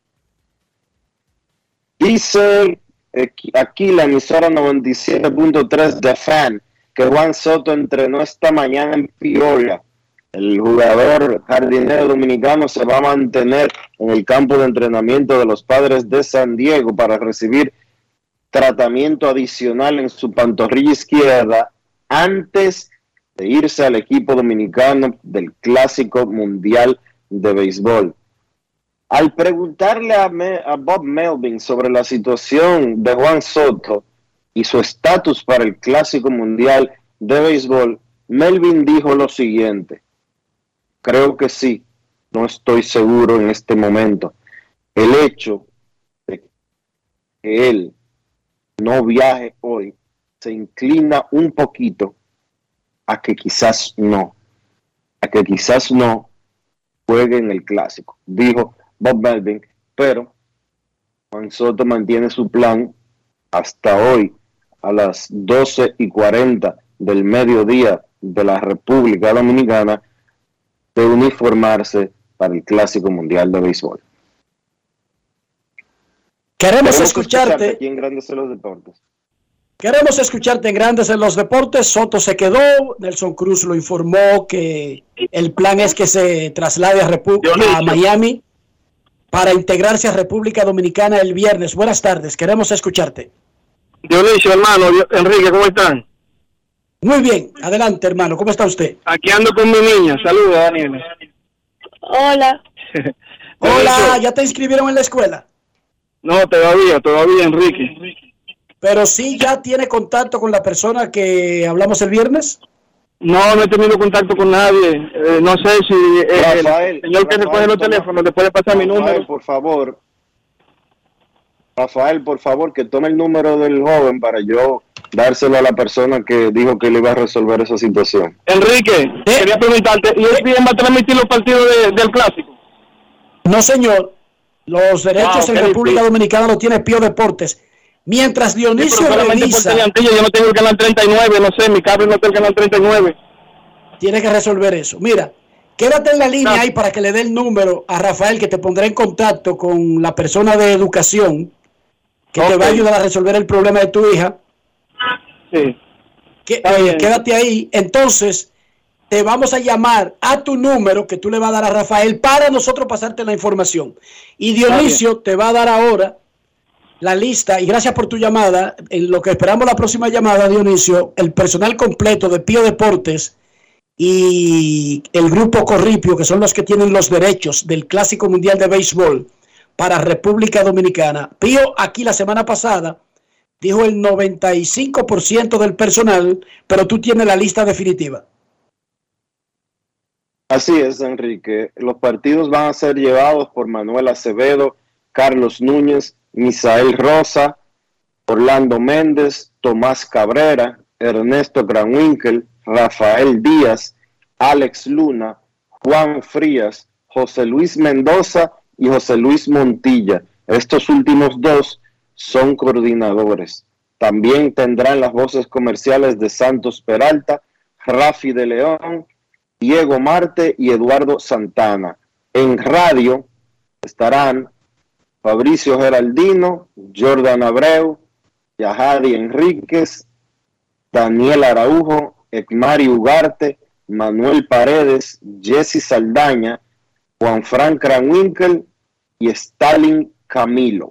Dice aquí la emisora 97.3 de Fan que Juan Soto entrenó esta mañana en Peoria. El jugador jardinero dominicano se va a mantener en el campo de entrenamiento de los Padres de San Diego para recibir tratamiento adicional en su pantorrilla izquierda antes de irse al equipo dominicano del Clásico Mundial de Béisbol. Al preguntarle a Bob Melvin sobre la situación de Juan Soto y su estatus para el Clásico Mundial de Béisbol, Melvin dijo lo siguiente: creo que sí, no estoy seguro en este momento. El hecho de que él no viaje hoy se inclina un poquito a que quizás no. a que quizás no juegue en el Clásico, dijo Bob Melvin, pero Juan Soto mantiene su plan hasta hoy a las 12:40 del mediodía de la República Dominicana de uniformarse para el Clásico Mundial de Béisbol. Queremos escucharte aquí en Grandes en los Deportes. Queremos escucharte en Grandes en los Deportes. Soto se quedó, Nelson Cruz lo informó que el plan es que se traslade a Miami para integrarse a República Dominicana el viernes. Buenas tardes, queremos escucharte. Dionisio, hermano, Enrique, ¿cómo están? Muy bien, adelante, hermano, ¿cómo está usted? Aquí ando con mi niña, saludos, Daniel. Hola. Hola, ¿ya te inscribieron en la escuela? No, todavía, Enrique. Pero sí ya tiene contacto con la persona que hablamos el viernes. No he tenido contacto con nadie. No sé si el señor que recoge los teléfonos le puede pasar mi número. Rafael, por favor, que tome el número del joven para yo dárselo a la persona que dijo que le iba a resolver esa situación. Enrique, quería preguntarte, ¿y ESPN va a transmitir los partidos del Clásico? No, señor. Los derechos en República Dominicana lo tiene Pío Deportes. Mientras Dionisio revisa... Yo no tengo el canal 39, no sé, mi cable no está el canal 39. Tiene que resolver eso. Mira, quédate en la línea ahí para que le dé el número a Rafael, que te pondrá en contacto con la persona de educación que te va a ayudar a resolver el problema de tu hija. Sí. Quédate ahí. Entonces, te vamos a llamar a tu número que tú le vas a dar a Rafael para nosotros pasarte la información. Y Dionisio te va a dar ahora la lista, y gracias por tu llamada. En lo que esperamos la próxima llamada, Dionisio, el personal completo de Pío Deportes y el grupo Corripio, que son los que tienen los derechos del Clásico Mundial de Béisbol para República Dominicana. Pío aquí la semana pasada dijo el 95% del personal, pero tú tienes la lista definitiva. Así es, Enrique. Los partidos van a ser llevados por Manuel Acevedo, Carlos Núñez, Misael Rosa, Orlando Méndez, Tomás Cabrera, Ernesto Granwinkel, Rafael Díaz, Alex Luna, Juan Frías, José Luis Mendoza y José Luis Montilla. Estos últimos dos son coordinadores. También tendrán las voces comerciales de Santos Peralta, Rafi de León, Diego Marte y Eduardo Santana. En radio estarán Fabricio Geraldino, Jordan Abreu, Yahadi Enríquez, Daniel Araujo, Ekmari Ugarte, Manuel Paredes, Jesse Saldaña, Juan Frank Kranwinkel y Stalin Camilo.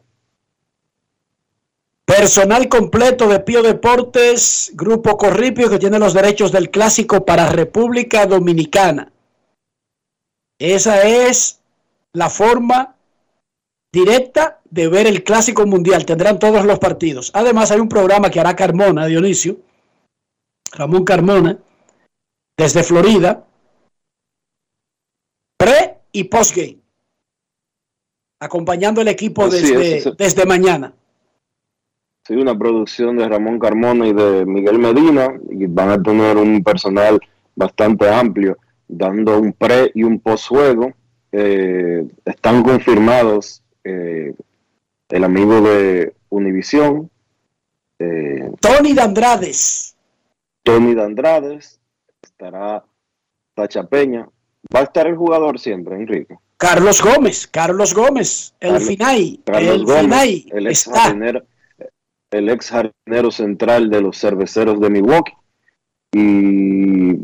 Personal completo de Pío Deportes, Grupo Corripio, que tiene los derechos del Clásico para República Dominicana. Esa es la forma directa de ver el Clásico Mundial. Tendrán todos los partidos. Además, hay un programa que hará Carmona, Dionisio, Ramón Carmona, desde Florida, pre y postgame, acompañando el equipo desde mañana. Sí, una producción de Ramón Carmona y de Miguel Medina, y van a tener un personal bastante amplio, dando un pre y un post juego. Están confirmados el amigo de Univisión, Tony Dandrades, estará Tacha Peña, va a estar el jugador siempre, Enrique. Carlos Gómez, el Finay, el ex jardinero central de los Cerveceros de Milwaukee, y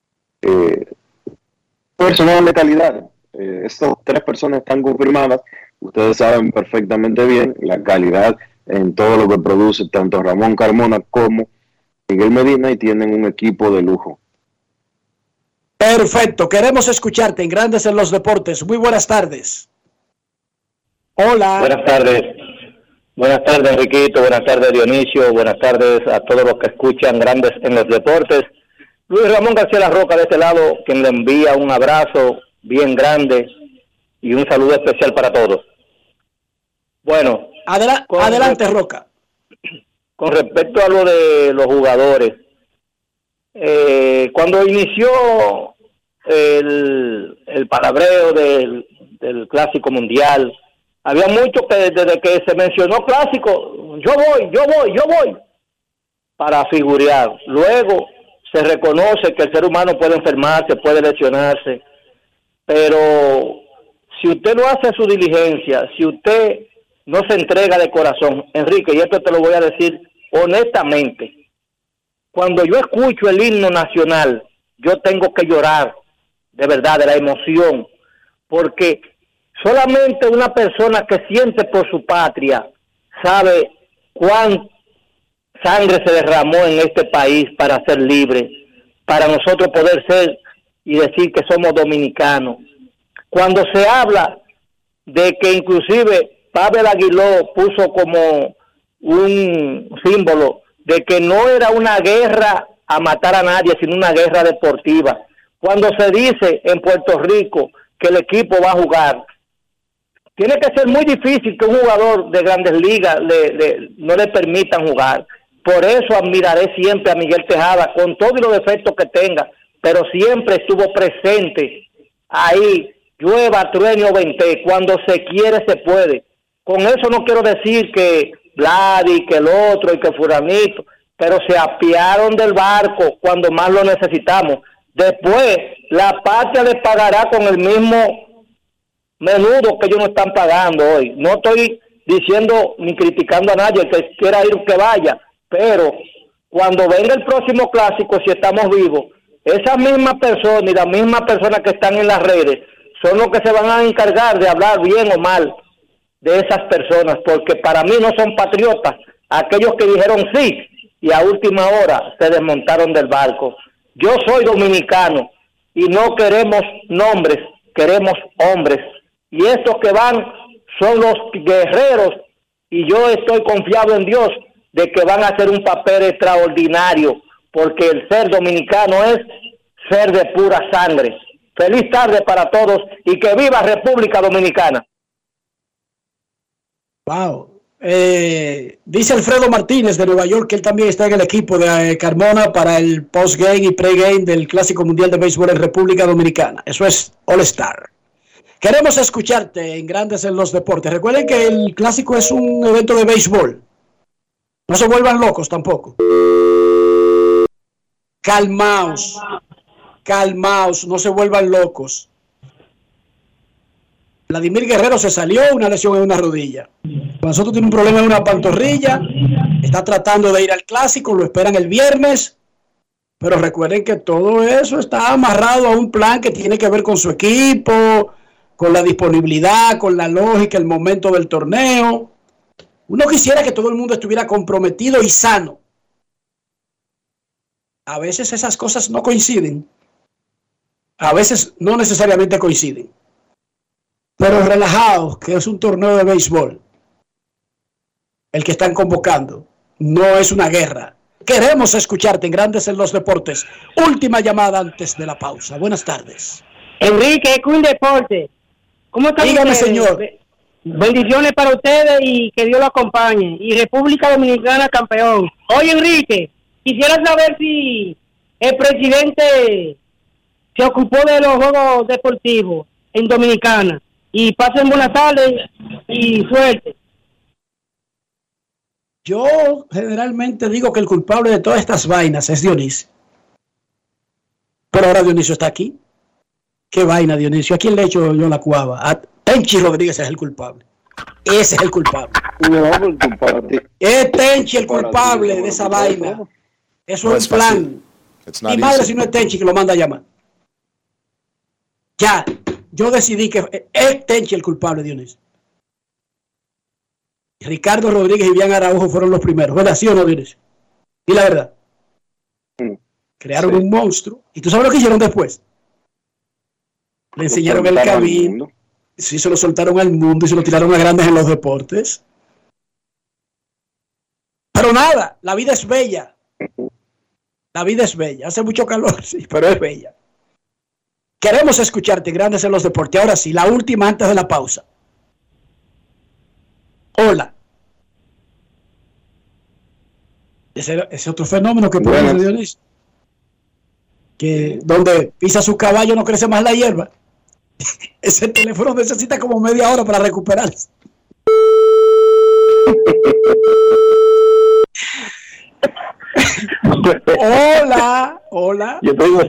personal de calidad. Estas tres personas están confirmadas. Ustedes saben perfectamente bien la calidad en todo lo que produce tanto Ramón Carmona como Miguel Medina, y tienen un equipo de lujo. Perfecto, queremos escucharte en Grandes en los Deportes. Muy buenas tardes. Hola. Buenas tardes, Enriquito. Buenas tardes, Dionisio. Buenas tardes a todos los que escuchan Grandes en los Deportes. Luis Ramón García La Roca de este lado, quien le envía un abrazo bien grande y un saludo especial para todos. Bueno, adelante, Roca. Con respecto a lo de los jugadores, cuando inició el palabreo del Clásico Mundial. Había mucho que desde que se mencionó Clásico, yo voy, para figurear. Luego se reconoce que el ser humano puede enfermarse, puede lesionarse, pero si usted no hace su diligencia, si usted no se entrega de corazón, Enrique, y esto te lo voy a decir honestamente, cuando yo escucho el himno nacional, yo tengo que llorar, de verdad, de la emoción, porque solamente una persona que siente por su patria sabe cuán sangre se derramó en este país para ser libre, para nosotros poder ser y decir que somos dominicanos. Cuando se habla de que inclusive Pavel Aguiló puso como un símbolo de que no era una guerra a matar a nadie, sino una guerra deportiva. Cuando se dice en Puerto Rico que el equipo va a jugar, tiene que ser muy difícil que un jugador de Grandes Ligas no le permitan jugar. Por eso admiraré siempre a Miguel Tejada, con todos los defectos que tenga, pero siempre estuvo presente ahí, llueva, truene o vente, cuando se quiere se puede. Con eso no quiero decir que Vladi, que el otro y que fulanito, pero se apiaron del barco cuando más lo necesitamos. Después, la patria les pagará con el mismo menudo que ellos no están pagando hoy. No estoy diciendo ni criticando a nadie, el que quiera ir que vaya, pero cuando venga el próximo Clásico, si estamos vivos, esas mismas personas y las mismas personas que están en las redes son los que se van a encargar de hablar bien o mal de esas personas, porque para mí no son patriotas aquellos que dijeron sí y a última hora se desmontaron del barco. Yo soy dominicano y no queremos nombres, queremos hombres, y estos que van son los guerreros, y yo estoy confiado en Dios de que van a hacer un papel extraordinario, porque el ser dominicano es ser de pura sangre. Feliz tarde para todos y que viva República Dominicana. Wow. Dice Alfredo Martínez de Nueva York que él también está en el equipo de Carmona para el postgame y pregame del Clásico Mundial de Béisbol en República Dominicana. Eso es All Star. Queremos escucharte en Grandes en los Deportes. Recuerden que el Clásico es un evento de béisbol. No se vuelvan locos tampoco. Calmaos, no se vuelvan locos. Vladimir Guerrero se salió, una lesión en una rodilla. Nosotros tiene un problema en una pantorrilla, está tratando de ir al Clásico, lo esperan el viernes, pero recuerden que todo eso está amarrado a un plan que tiene que ver con su equipo, con la disponibilidad, con la lógica, el momento del torneo. Uno quisiera que todo el mundo estuviera comprometido y sano. A veces esas cosas no coinciden. A veces no necesariamente coinciden. Pero relajados, que es un torneo de béisbol. El que están convocando. No es una guerra. Queremos escucharte en Grandes en los Deportes. Última llamada antes de la pausa. Buenas tardes. Enrique, Queen Deporte. ¿Cómo están Dígame, ustedes? señor. Bendiciones para ustedes y que Dios lo acompañe. Y República Dominicana campeón. Oye, Enrique, quisiera saber si el presidente se ocupó de los juegos deportivos en Dominicana. Y pasen buenas tardes y suerte. Yo generalmente digo que el culpable de todas estas vainas es Dionisio. Pero ahora Dionisio está aquí. ¿Qué vaina, Dionisio? ¿A quién le echo yo la cuava? A Tenchi Rodríguez es el culpable. Ese es el culpable. No, el culpable. Es Tenchi el culpable de esa vaina. Eso es un plan. Mi madre, si no es Tenchi, que lo manda a llamar. Ya, yo decidí que es Tenchi el culpable, Dionisio. Ricardo Rodríguez y Bian Araujo fueron los primeros. ¿Verdad? ¿Sí o no, Dionisio? Y la verdad. Crearon un monstruo. ¿Y tú sabes lo que hicieron después? Le enseñaron el camino. Sí, se lo soltaron al mundo y se lo tiraron a Grandes en los Deportes. Pero nada, la vida es bella. La vida es bella. Hace mucho calor, sí, pero es bella. Queremos escucharte, Grandes en los Deportes. Ahora sí, la última antes de la pausa. Hola. Ese otro fenómeno que pone Dionisio. que donde pisa su caballo no crece más la hierba. Ese teléfono necesita como media hora para recuperarse. Hola.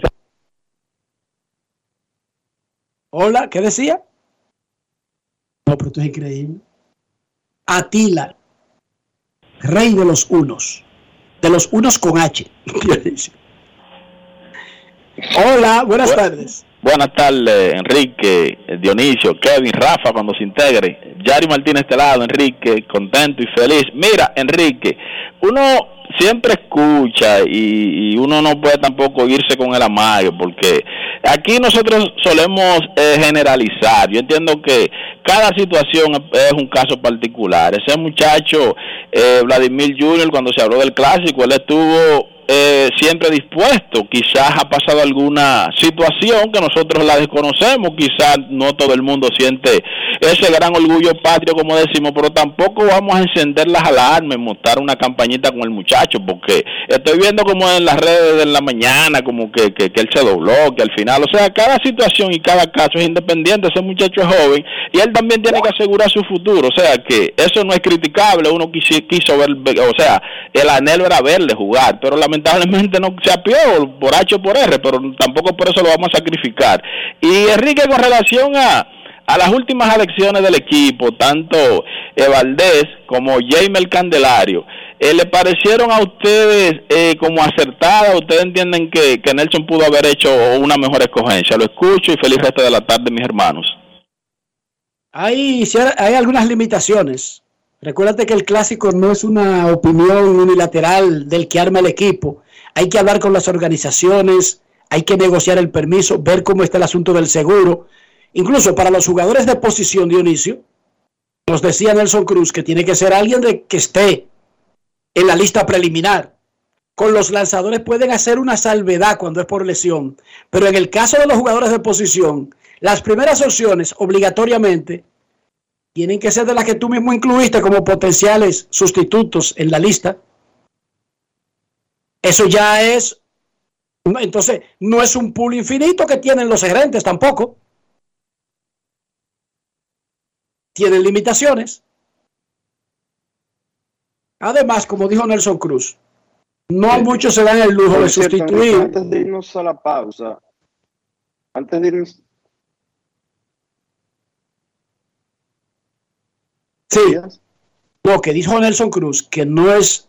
Hola, ¿qué decía? No, pero esto es increíble. Atila, rey de los unos con H. Hola, buenas tardes. Buenas tardes, Enrique, Dionisio, Kevin, Rafa, cuando se integre. Yari Martínez este lado, Enrique, contento y feliz. Mira, Enrique, uno siempre escucha y uno no puede tampoco irse con el amague, porque aquí nosotros solemos generalizar. Yo entiendo que cada situación es un caso particular. Ese muchacho, Vladimir Jr., cuando se habló del clásico, él estuvo siempre dispuesto. Quizás ha pasado alguna situación que nosotros la desconocemos, quizás no todo el mundo siente ese gran orgullo patrio como decimos, pero tampoco vamos a encender las alarmas, montar una campañita con el muchacho, porque estoy viendo como en las redes de la mañana como que él se dobló, que al final, o sea, cada situación y cada caso es independiente. Ese muchacho es joven y él también tiene que asegurar su futuro, o sea que eso no es criticable. Uno quiso ver, o sea, el anhelo era verle jugar, pero lamentablemente no se apió por H o por R, pero tampoco por eso lo vamos a sacrificar. Y Enrique, con relación a las últimas elecciones del equipo, tanto Valdés como Jaime Candelario, ¿le parecieron a ustedes como acertadas? ¿Ustedes entienden que Nelson pudo haber hecho una mejor escogencia? Lo escucho y feliz resto de la tarde, mis hermanos. Hay algunas limitaciones. Recuérdate que el clásico no es una opinión unilateral del que arma el equipo. Hay que hablar con las organizaciones, hay que negociar el permiso, ver cómo está el asunto del seguro. Incluso para los jugadores de posición, Dionisio, nos decía Nelson Cruz que tiene que ser alguien que esté en la lista preliminar. Con los lanzadores pueden hacer una salvedad cuando es por lesión, pero en el caso de los jugadores de posición, las primeras opciones obligatoriamente tienen que ser de las que tú mismo incluiste como potenciales sustitutos en la lista. Eso ya es, entonces, no es un pool infinito que tienen los gerentes tampoco. Tienen limitaciones. Además, como dijo Nelson Cruz, no a muchos se dan el lujo de sustituir. Antes de irnos a la pausa, Sí, lo que dijo Nelson Cruz, que no es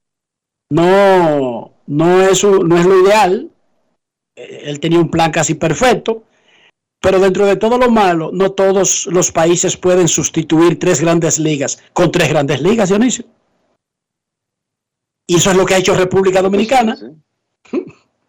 lo ideal. Él tenía un plan casi perfecto, pero dentro de todo lo malo, no todos los países pueden sustituir 3 grandes ligas con 3 grandes ligas, Dionisio. Y eso es lo que ha hecho República Dominicana. Sí.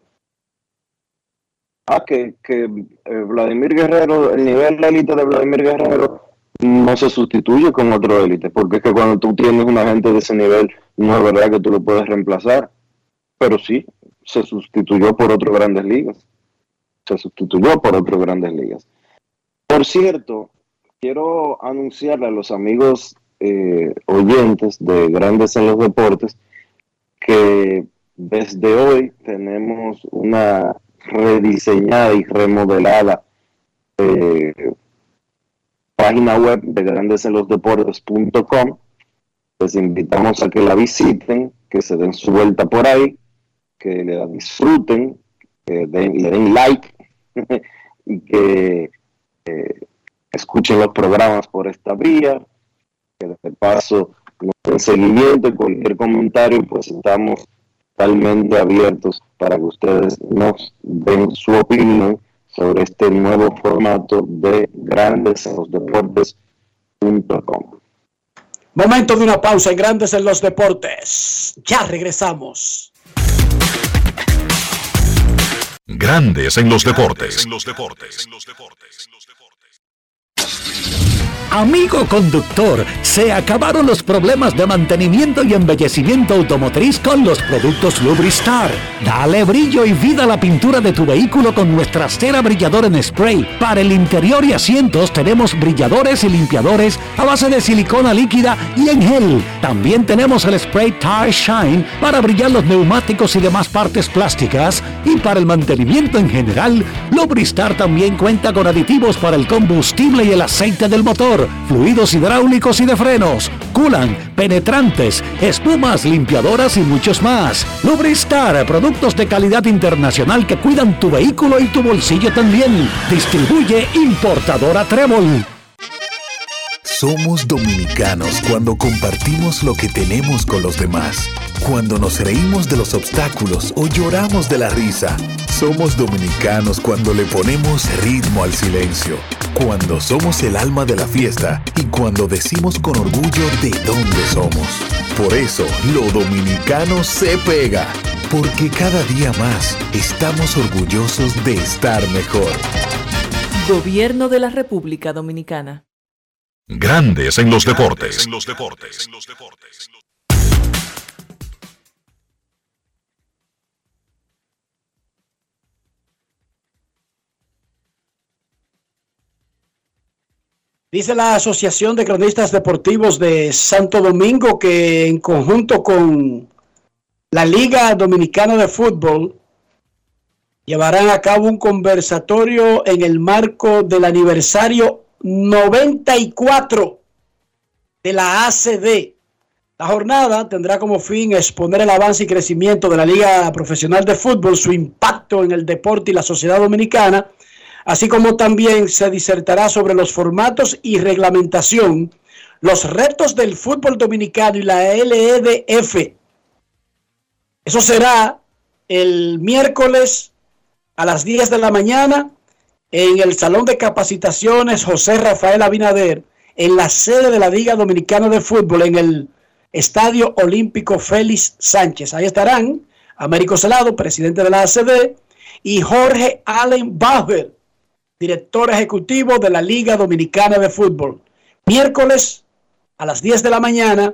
Que Vladimir Guerrero, el nivel élite de Vladimir Guerrero no se sustituye con otro élite, porque es que cuando tú tienes una gente de ese nivel, no es verdad que tú lo puedes reemplazar, pero sí, se sustituyó por otros grandes ligas. Por cierto, quiero anunciarle a los amigos oyentes de Grandes en los Deportes que desde hoy tenemos una rediseñada y remodelada página web de grandesenlosdeportes.com. Les invitamos a que la visiten, que se den su vuelta por ahí, que la disfruten, que le den like y que escuchen los programas por esta vía, que de paso nos den seguimiento y cualquier comentario, pues estamos totalmente abiertos para que ustedes nos den su opinión sobre este nuevo formato de grandesenlosdeportes.com. Momento de una pausa en Grandes en los Deportes. Ya regresamos. Grandes en los Deportes. Amigo conductor, se acabaron los problemas de mantenimiento y embellecimiento automotriz con los productos Lubristar. Dale brillo y vida a la pintura de tu vehículo con nuestra cera brilladora en spray. Para el interior y asientos tenemos brilladores y limpiadores a base de silicona líquida y en gel. También tenemos el spray Tire Shine para brillar los neumáticos y demás partes plásticas. Y para el mantenimiento en general, Lubristar también cuenta con aditivos para el combustible y el aceite del motor, fluidos hidráulicos y de frenos, culan, penetrantes, espumas, limpiadoras y muchos más. Lubristar, productos de calidad internacional que cuidan tu vehículo y tu bolsillo también. Distribuye importadora Trébol. Somos dominicanos cuando compartimos lo que tenemos con los demás, cuando nos reímos de los obstáculos o lloramos de la risa. Somos dominicanos cuando le ponemos ritmo al silencio, cuando somos el alma de la fiesta y cuando decimos con orgullo de dónde somos. Por eso, lo dominicano se pega, porque cada día más estamos orgullosos de estar mejor. Gobierno de la República Dominicana. Grandes en los deportes. Dice la Asociación de Cronistas Deportivos de Santo Domingo que en conjunto con la Liga Dominicana de Fútbol llevarán a cabo un conversatorio en el marco del aniversario 94 de la ACD. La jornada tendrá como fin exponer el avance y crecimiento de la Liga Profesional de Fútbol, su impacto en el deporte y la sociedad dominicana, así como también se disertará sobre los formatos y reglamentación, los retos del fútbol dominicano y la LEDF. Eso será el miércoles a las 10 de la mañana en el Salón de Capacitaciones José Rafael Abinader, en la sede de la Liga Dominicana de Fútbol, en el Estadio Olímpico Félix Sánchez. Ahí estarán Américo Celado, presidente de la ACD, y Jorge Allen Bauer, director ejecutivo de la Liga Dominicana de Fútbol. Miércoles a las 10 de la mañana.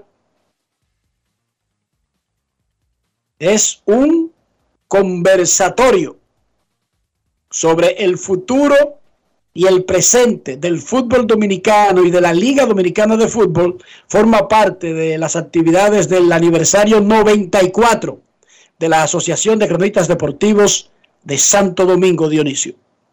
Es un conversatorio sobre el futuro y el presente del fútbol dominicano y de la Liga Dominicana de Fútbol. Forma parte de las actividades del aniversario 94 de la Asociación de Cronistas Deportivos de Santo Domingo, Dionisio.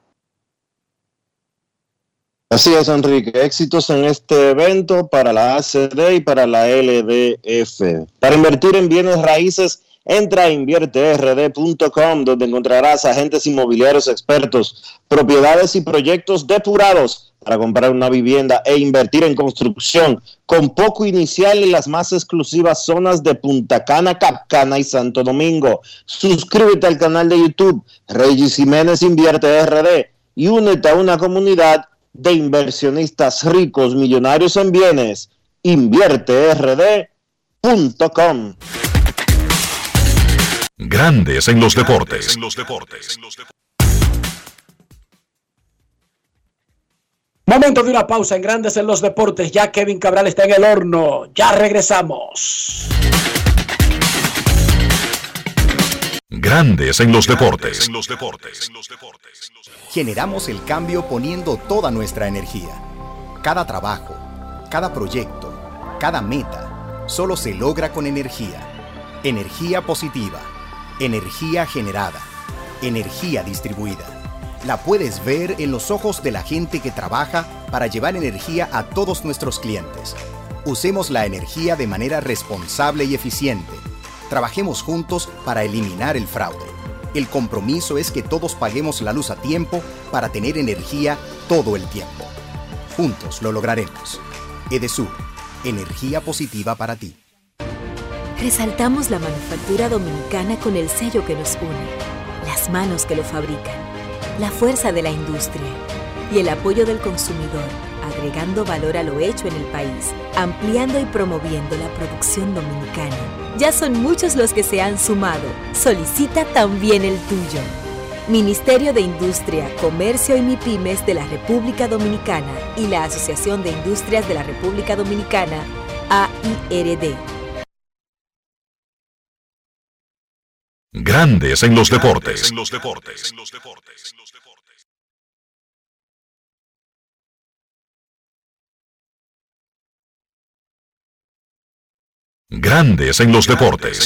Así es, Enrique. Éxitos en este evento para la ACD y para la LDF. Para invertir en bienes raíces, entra a invierterd.com, donde encontrarás agentes inmobiliarios expertos, propiedades y proyectos depurados para comprar una vivienda e invertir en construcción con poco inicial en las más exclusivas zonas de Punta Cana, Capcana y Santo Domingo. Suscríbete al canal de YouTube Regis Jiménez Invierte RD y únete a una comunidad de inversionistas ricos, millonarios en bienes. invierterd.com. Grandes en los deportes. Momento de una pausa en Grandes en los Deportes. Ya Kevin Cabral está en el horno. Ya regresamos. Grandes en los deportes. Generamos el cambio poniendo toda nuestra energía. Cada trabajo, cada proyecto, cada meta, solo se logra con energía. Energía positiva. Energía generada, energía distribuida. La puedes ver en los ojos de la gente que trabaja para llevar energía a todos nuestros clientes. Usemos la energía de manera responsable y eficiente. Trabajemos juntos para eliminar el fraude. El compromiso es que todos paguemos la luz a tiempo para tener energía todo el tiempo. Juntos lo lograremos. Edesur, energía positiva para ti. Resaltamos la manufactura dominicana con el sello que nos une, las manos que lo fabrican, la fuerza de la industria y el apoyo del consumidor, agregando valor a lo hecho en el país, ampliando y promoviendo la producción dominicana. Ya son muchos los que se han sumado. Solicita también el tuyo. Ministerio de Industria, Comercio y MIPYMES de la República Dominicana y la Asociación de Industrias de la República Dominicana, AIRD. Grandes en los deportes. Grandes en los deportes.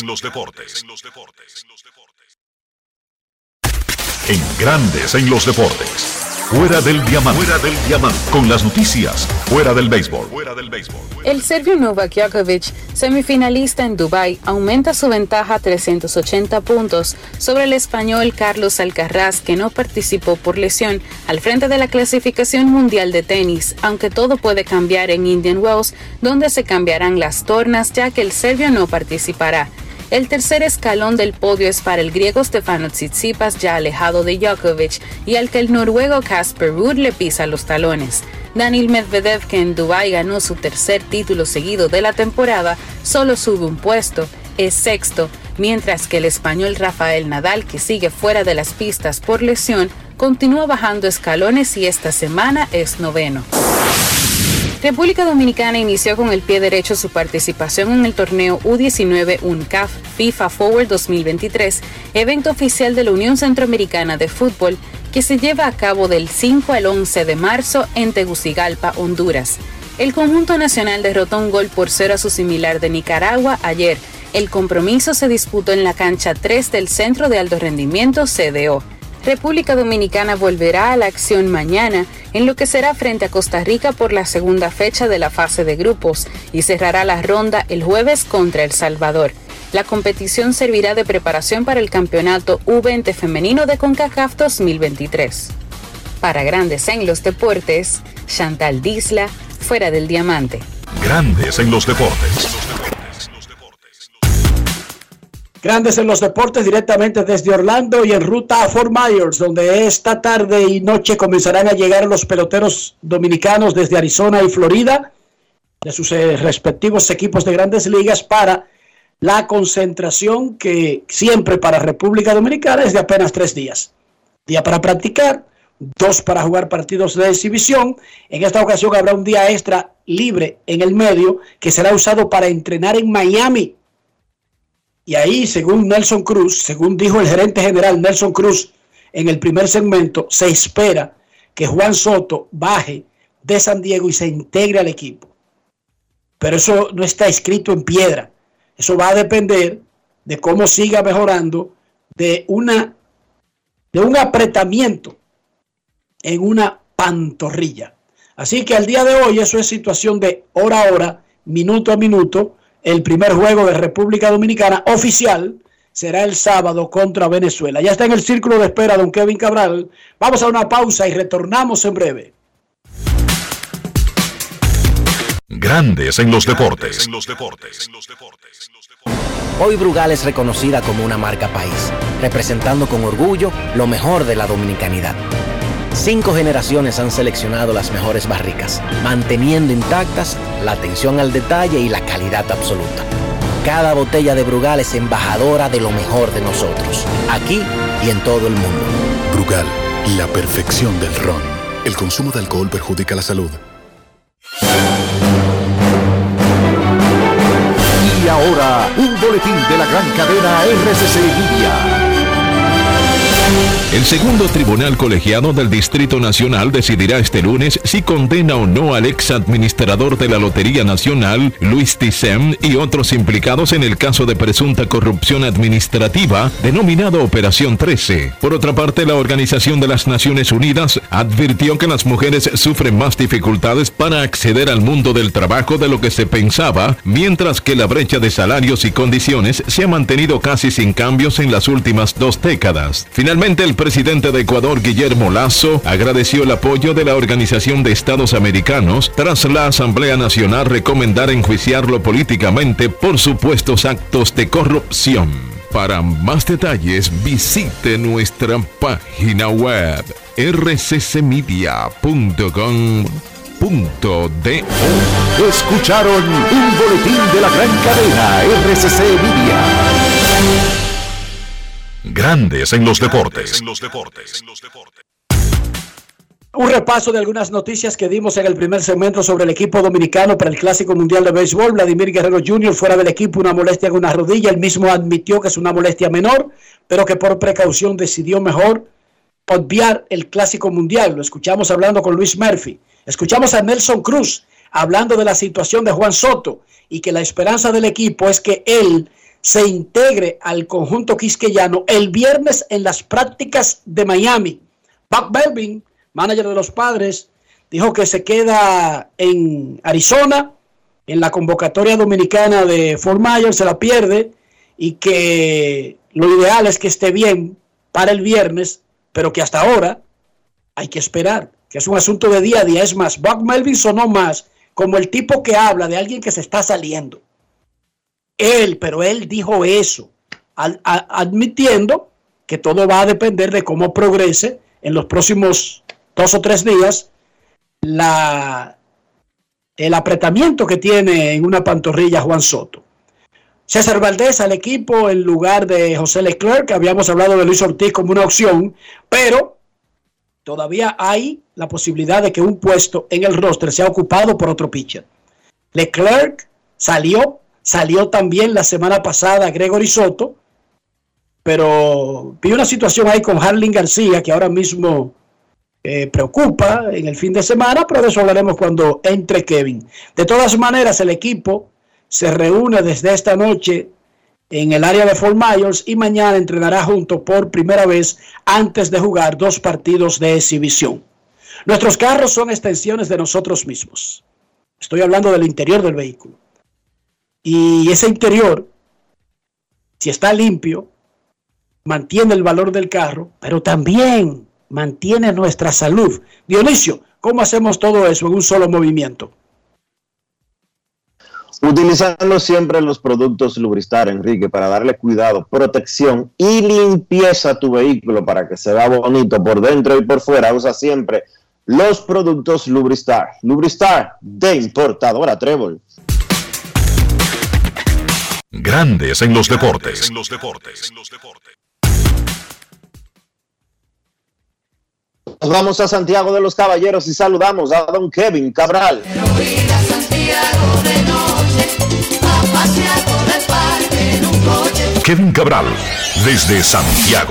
En Grandes en los deportes. Fuera del diamante. Con las noticias. Fuera del béisbol. El serbio Novak Djokovic, semifinalista en Dubái, aumenta su ventaja a 380 puntos sobre el español Carlos Alcaraz, que no participó por lesión, al frente de la clasificación mundial de tenis, aunque todo puede cambiar en Indian Wells, donde se cambiarán las tornas ya que el serbio no participará. El tercer escalón del podio es para el griego Stefanos Tsitsipas, ya alejado de Djokovic, y al que el noruego Casper Ruud le pisa los talones. Daniil Medvedev, que en Dubái ganó su tercer título seguido de la temporada, solo sube un puesto, es sexto, mientras que el español Rafael Nadal, que sigue fuera de las pistas por lesión, continúa bajando escalones y esta semana es noveno. República Dominicana inició con el pie derecho su participación en el torneo U19 UNCAF FIFA Forward 2023, evento oficial de la Unión Centroamericana de Fútbol, que se lleva a cabo del 5 al 11 de marzo en Tegucigalpa, Honduras. El conjunto nacional derrotó 1-0 a su similar de Nicaragua ayer. El compromiso se disputó en la cancha 3 del Centro de Alto Rendimiento CDO. República Dominicana volverá a la acción mañana en lo que será frente a Costa Rica por la segunda fecha de la fase de grupos y cerrará la ronda el jueves contra El Salvador. La competición servirá de preparación para el campeonato U20 femenino de CONCACAF 2023. Para Grandes en los Deportes, Chantal Disla, Fuera del Diamante. Grandes en los deportes. Grandes en los deportes directamente desde Orlando y en ruta a Fort Myers, donde esta tarde y noche comenzarán a llegar los peloteros dominicanos desde Arizona y Florida, de sus respectivos equipos de Grandes Ligas, para la concentración que siempre para República Dominicana es de apenas 3 días. Día para practicar, 2 para jugar partidos de exhibición. En esta ocasión habrá un día extra libre en el medio que será usado para entrenar en Miami. Y ahí, según Nelson Cruz, según dijo el gerente general Nelson Cruz en el primer segmento, se espera que Juan Soto baje de San Diego y se integre al equipo. Pero eso no está escrito en piedra. Eso va a depender de cómo siga mejorando de un apretamiento en una pantorrilla. Así que al día de hoy eso es situación de hora a hora, minuto a minuto. El primer juego de República Dominicana oficial será el sábado contra Venezuela. Ya está en el círculo de espera don Kevin Cabral. Vamos a una pausa y retornamos en breve. Grandes en los deportes. Hoy Brugal es reconocida como una marca país, representando con orgullo lo mejor de la dominicanidad. 5 generaciones han seleccionado las mejores barricas, manteniendo intactas la atención al detalle y la calidad absoluta. Cada botella de Brugal es embajadora de lo mejor de nosotros, aquí y en todo el mundo. Brugal, la perfección del ron. El consumo de alcohol perjudica la salud. Y ahora, un boletín de la gran cadena RCC Media. El segundo tribunal colegiado del Distrito Nacional decidirá este lunes si condena o no al ex administrador de la Lotería Nacional, Luis Tissem, y otros implicados en el caso de presunta corrupción administrativa denominado Operación 13. Por otra parte, la Organización de las Naciones Unidas advirtió que las mujeres sufren más dificultades para acceder al mundo del trabajo de lo que se pensaba, mientras que la brecha de salarios y condiciones se ha mantenido casi sin cambios en las últimas 2 décadas. Finalmente, el presidente de Ecuador, Guillermo Lasso, agradeció el apoyo de la Organización de Estados Americanos tras la Asamblea Nacional recomendar enjuiciarlo políticamente por supuestos actos de corrupción. Para más detalles, visite nuestra página web rccmedia.com.do. Escucharon un boletín de la gran cadena RCC Media. Grandes en los deportes. Un repaso de algunas noticias que dimos en el primer segmento sobre el equipo dominicano para el Clásico Mundial de Béisbol. Vladimir Guerrero Jr. fuera del equipo, una molestia en una rodilla. Él mismo admitió que es una molestia menor, pero que por precaución decidió mejor obviar el Clásico Mundial. Lo escuchamos hablando con Luis Murphy. Escuchamos a Nelson Cruz hablando de la situación de Juan Soto y que la esperanza del equipo es que él se integre al conjunto quisqueyano el viernes en las prácticas de Miami. Buck Melvin, manager de los Padres, dijo que se queda en Arizona, en la convocatoria dominicana de Fort Myers, se la pierde, y que lo ideal es que esté bien para el viernes, pero que hasta ahora hay que esperar, que es un asunto de día a día. Es más, Buck Melvin sonó más como el tipo que habla de alguien que se está saliendo. Pero él dijo eso, admitiendo que todo va a depender de cómo progrese en los próximos 2 o 3 días el apretamiento que tiene en una pantorrilla Juan Soto. César Valdés al equipo en lugar de José Leclerc. Habíamos hablado de Luis Ortiz como una opción, pero todavía hay la posibilidad de que un puesto en el roster sea ocupado por otro pitcher. Leclerc salió también la semana pasada Gregory Soto, pero vi una situación ahí con Harling García que ahora mismo preocupa en el fin de semana, pero de eso hablaremos cuando entre Kevin. De todas maneras, el equipo se reúne desde esta noche en el área de Fort Myers y mañana entrenará junto por primera vez antes de jugar 2 partidos de exhibición. Nuestros carros son extensiones de nosotros mismos. Estoy hablando del interior del vehículo. Y ese interior, si está limpio, mantiene el valor del carro, pero también mantiene nuestra salud. Dionisio, ¿cómo hacemos todo eso en un solo movimiento? Utilizando siempre los productos Lubristar, Enrique, para darle cuidado, protección y limpieza a tu vehículo para que se vea bonito por dentro y por fuera. Usa siempre los productos Lubristar. Lubristar de importadora Trébol. Grandes en los deportes. Nos vamos a Santiago de los Caballeros y saludamos a don Kevin Cabral. Kevin Cabral, desde Santiago.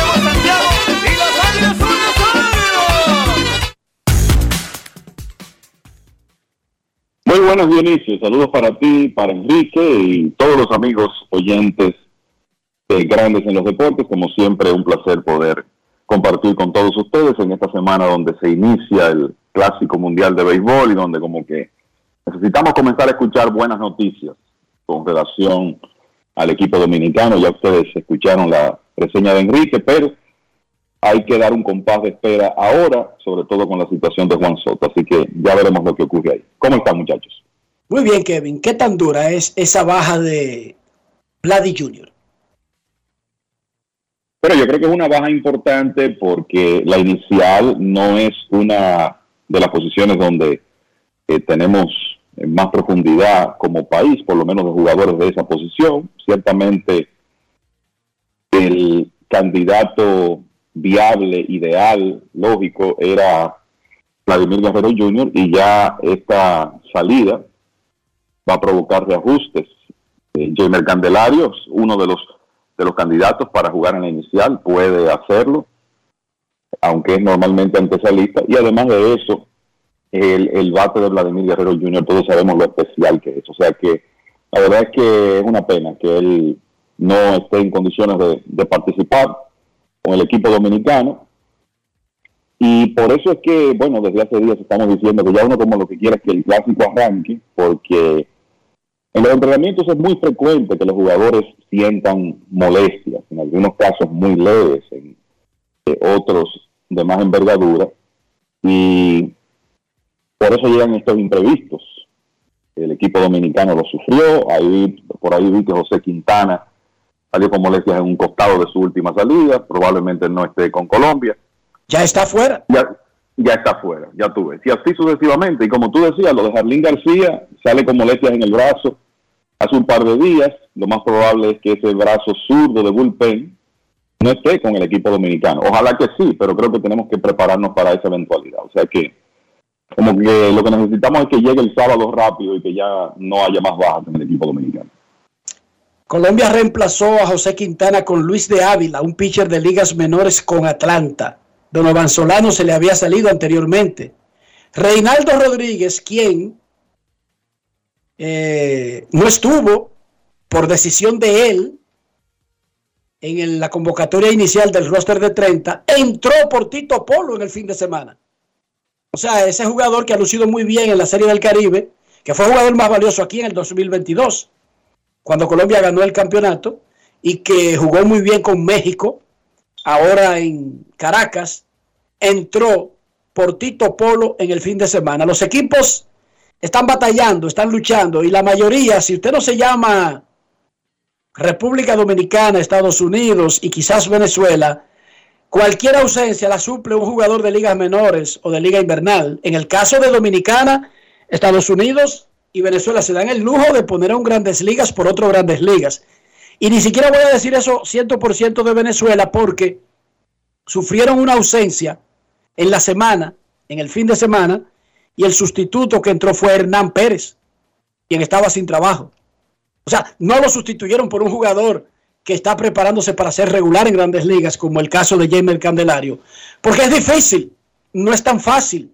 Muy buenos, Dionisio. Saludos para ti, para Enrique y todos los amigos oyentes de Grandes en los Deportes. Como siempre, un placer poder compartir con todos ustedes en esta semana donde se inicia el Clásico Mundial de Béisbol y donde como que necesitamos comenzar a escuchar buenas noticias con relación al equipo dominicano. Ya ustedes escucharon la reseña de Enrique, pero hay que dar un compás de espera ahora, sobre todo con la situación de Juan Soto. Así que ya veremos lo que ocurre ahí. ¿Cómo están, muchachos? Muy bien, Kevin. ¿Qué tan dura es esa baja de Vladdy Jr.? Pero yo creo que es una baja importante porque la inicial no es una de las posiciones donde tenemos más profundidad como país, por lo menos de jugadores de esa posición. Ciertamente el candidato viable, ideal, lógico, era Vladimir Guerrero Jr. y ya esta salida va a provocar reajustes. Jamer Candelario, uno de los candidatos para jugar en la inicial, puede hacerlo, aunque es normalmente antesalista, y además de eso, el bate de Vladimir Guerrero Jr., todos sabemos lo especial que es. O sea que la verdad es que es una pena que él no esté en condiciones de participar con el equipo dominicano. Y por eso es que, bueno, desde hace días estamos diciendo que ya uno como lo que quiere es que el clásico arranque, porque en los entrenamientos es muy frecuente que los jugadores sientan molestias, en algunos casos muy leves, en otros de más envergadura, y por eso llegan estos imprevistos. El equipo dominicano lo sufrió. Por ahí vi que José Quintana salió con molestias en un costado de su última salida. Probablemente no esté con Colombia. ¿Ya está fuera? Ya está fuera, ya tú ves. Y así sucesivamente. Y como tú decías, lo de Harling García sale con molestias en el brazo hace un par de días. Lo más probable es que ese brazo zurdo de bullpen no esté con el equipo dominicano. Ojalá que sí, pero creo que tenemos que prepararnos para esa eventualidad. O sea que como que lo que necesitamos es que llegue el sábado rápido y que ya no haya más bajas en el equipo dominicano. Colombia reemplazó a José Quintana con Luis de Ávila, un pitcher de ligas menores con Atlanta. Donovan Solano se le había salido anteriormente. Reinaldo Rodríguez, quien no estuvo por decisión de él en la convocatoria inicial del roster de 30, entró por Tito Polo en el fin de semana. O sea, ese jugador que ha lucido muy bien en la Serie del Caribe, que fue jugador más valioso aquí en el 2022, cuando Colombia ganó el campeonato, y que jugó muy bien con México, ahora en Caracas, entró por Tito Polo en el fin de semana. Los equipos están batallando, están luchando, y la mayoría, si usted no se llama República Dominicana, Estados Unidos y quizás Venezuela, cualquier ausencia la suple un jugador de ligas menores o de liga invernal. En el caso de Dominicana, Estados Unidos y Venezuela se dan el lujo de poner a un Grandes Ligas por otro Grandes Ligas. Y ni siquiera voy a decir eso 100% de Venezuela, porque sufrieron una ausencia en la semana, en el fin de semana, y el sustituto que entró fue Hernán Pérez, quien estaba sin trabajo. O sea, no lo sustituyeron por un jugador que está preparándose para ser regular en Grandes Ligas, como el caso de Jamer Candelario, porque es difícil, no es tan fácil,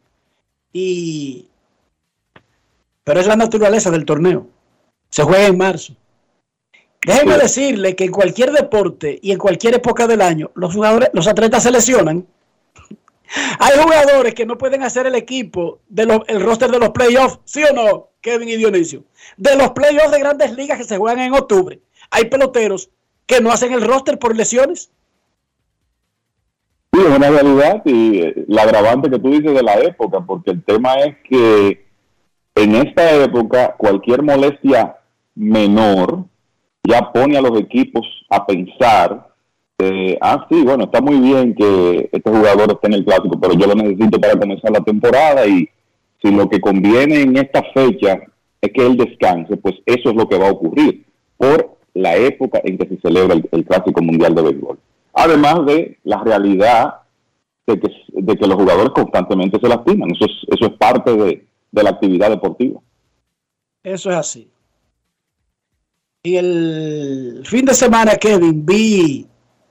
pero es la naturaleza del torneo. Se juega en marzo. Déjenme decirle que en cualquier deporte y en cualquier época del año, los atletas se lesionan. Hay jugadores que no pueden hacer el equipo el roster de los playoffs, ¿sí o no, Kevin y Dionisio? De los playoffs de Grandes Ligas que se juegan en octubre, hay peloteros que no hacen el roster por lesiones. Sí, es una realidad, y la agravante que tú dices de la época, porque el tema es que en esta época cualquier molestia menor ya pone a los equipos a pensar, sí, bueno, está muy bien que este jugador esté en el clásico, pero yo lo necesito para comenzar la temporada, y si lo que conviene en esta fecha es que él descanse, pues eso es lo que va a ocurrir por la época en que se celebra el Clásico Mundial de Béisbol. Además de la realidad de que los jugadores constantemente se lastiman. Eso es parte de la actividad deportiva. Eso es así. Y el fin de semana, Kevin, vi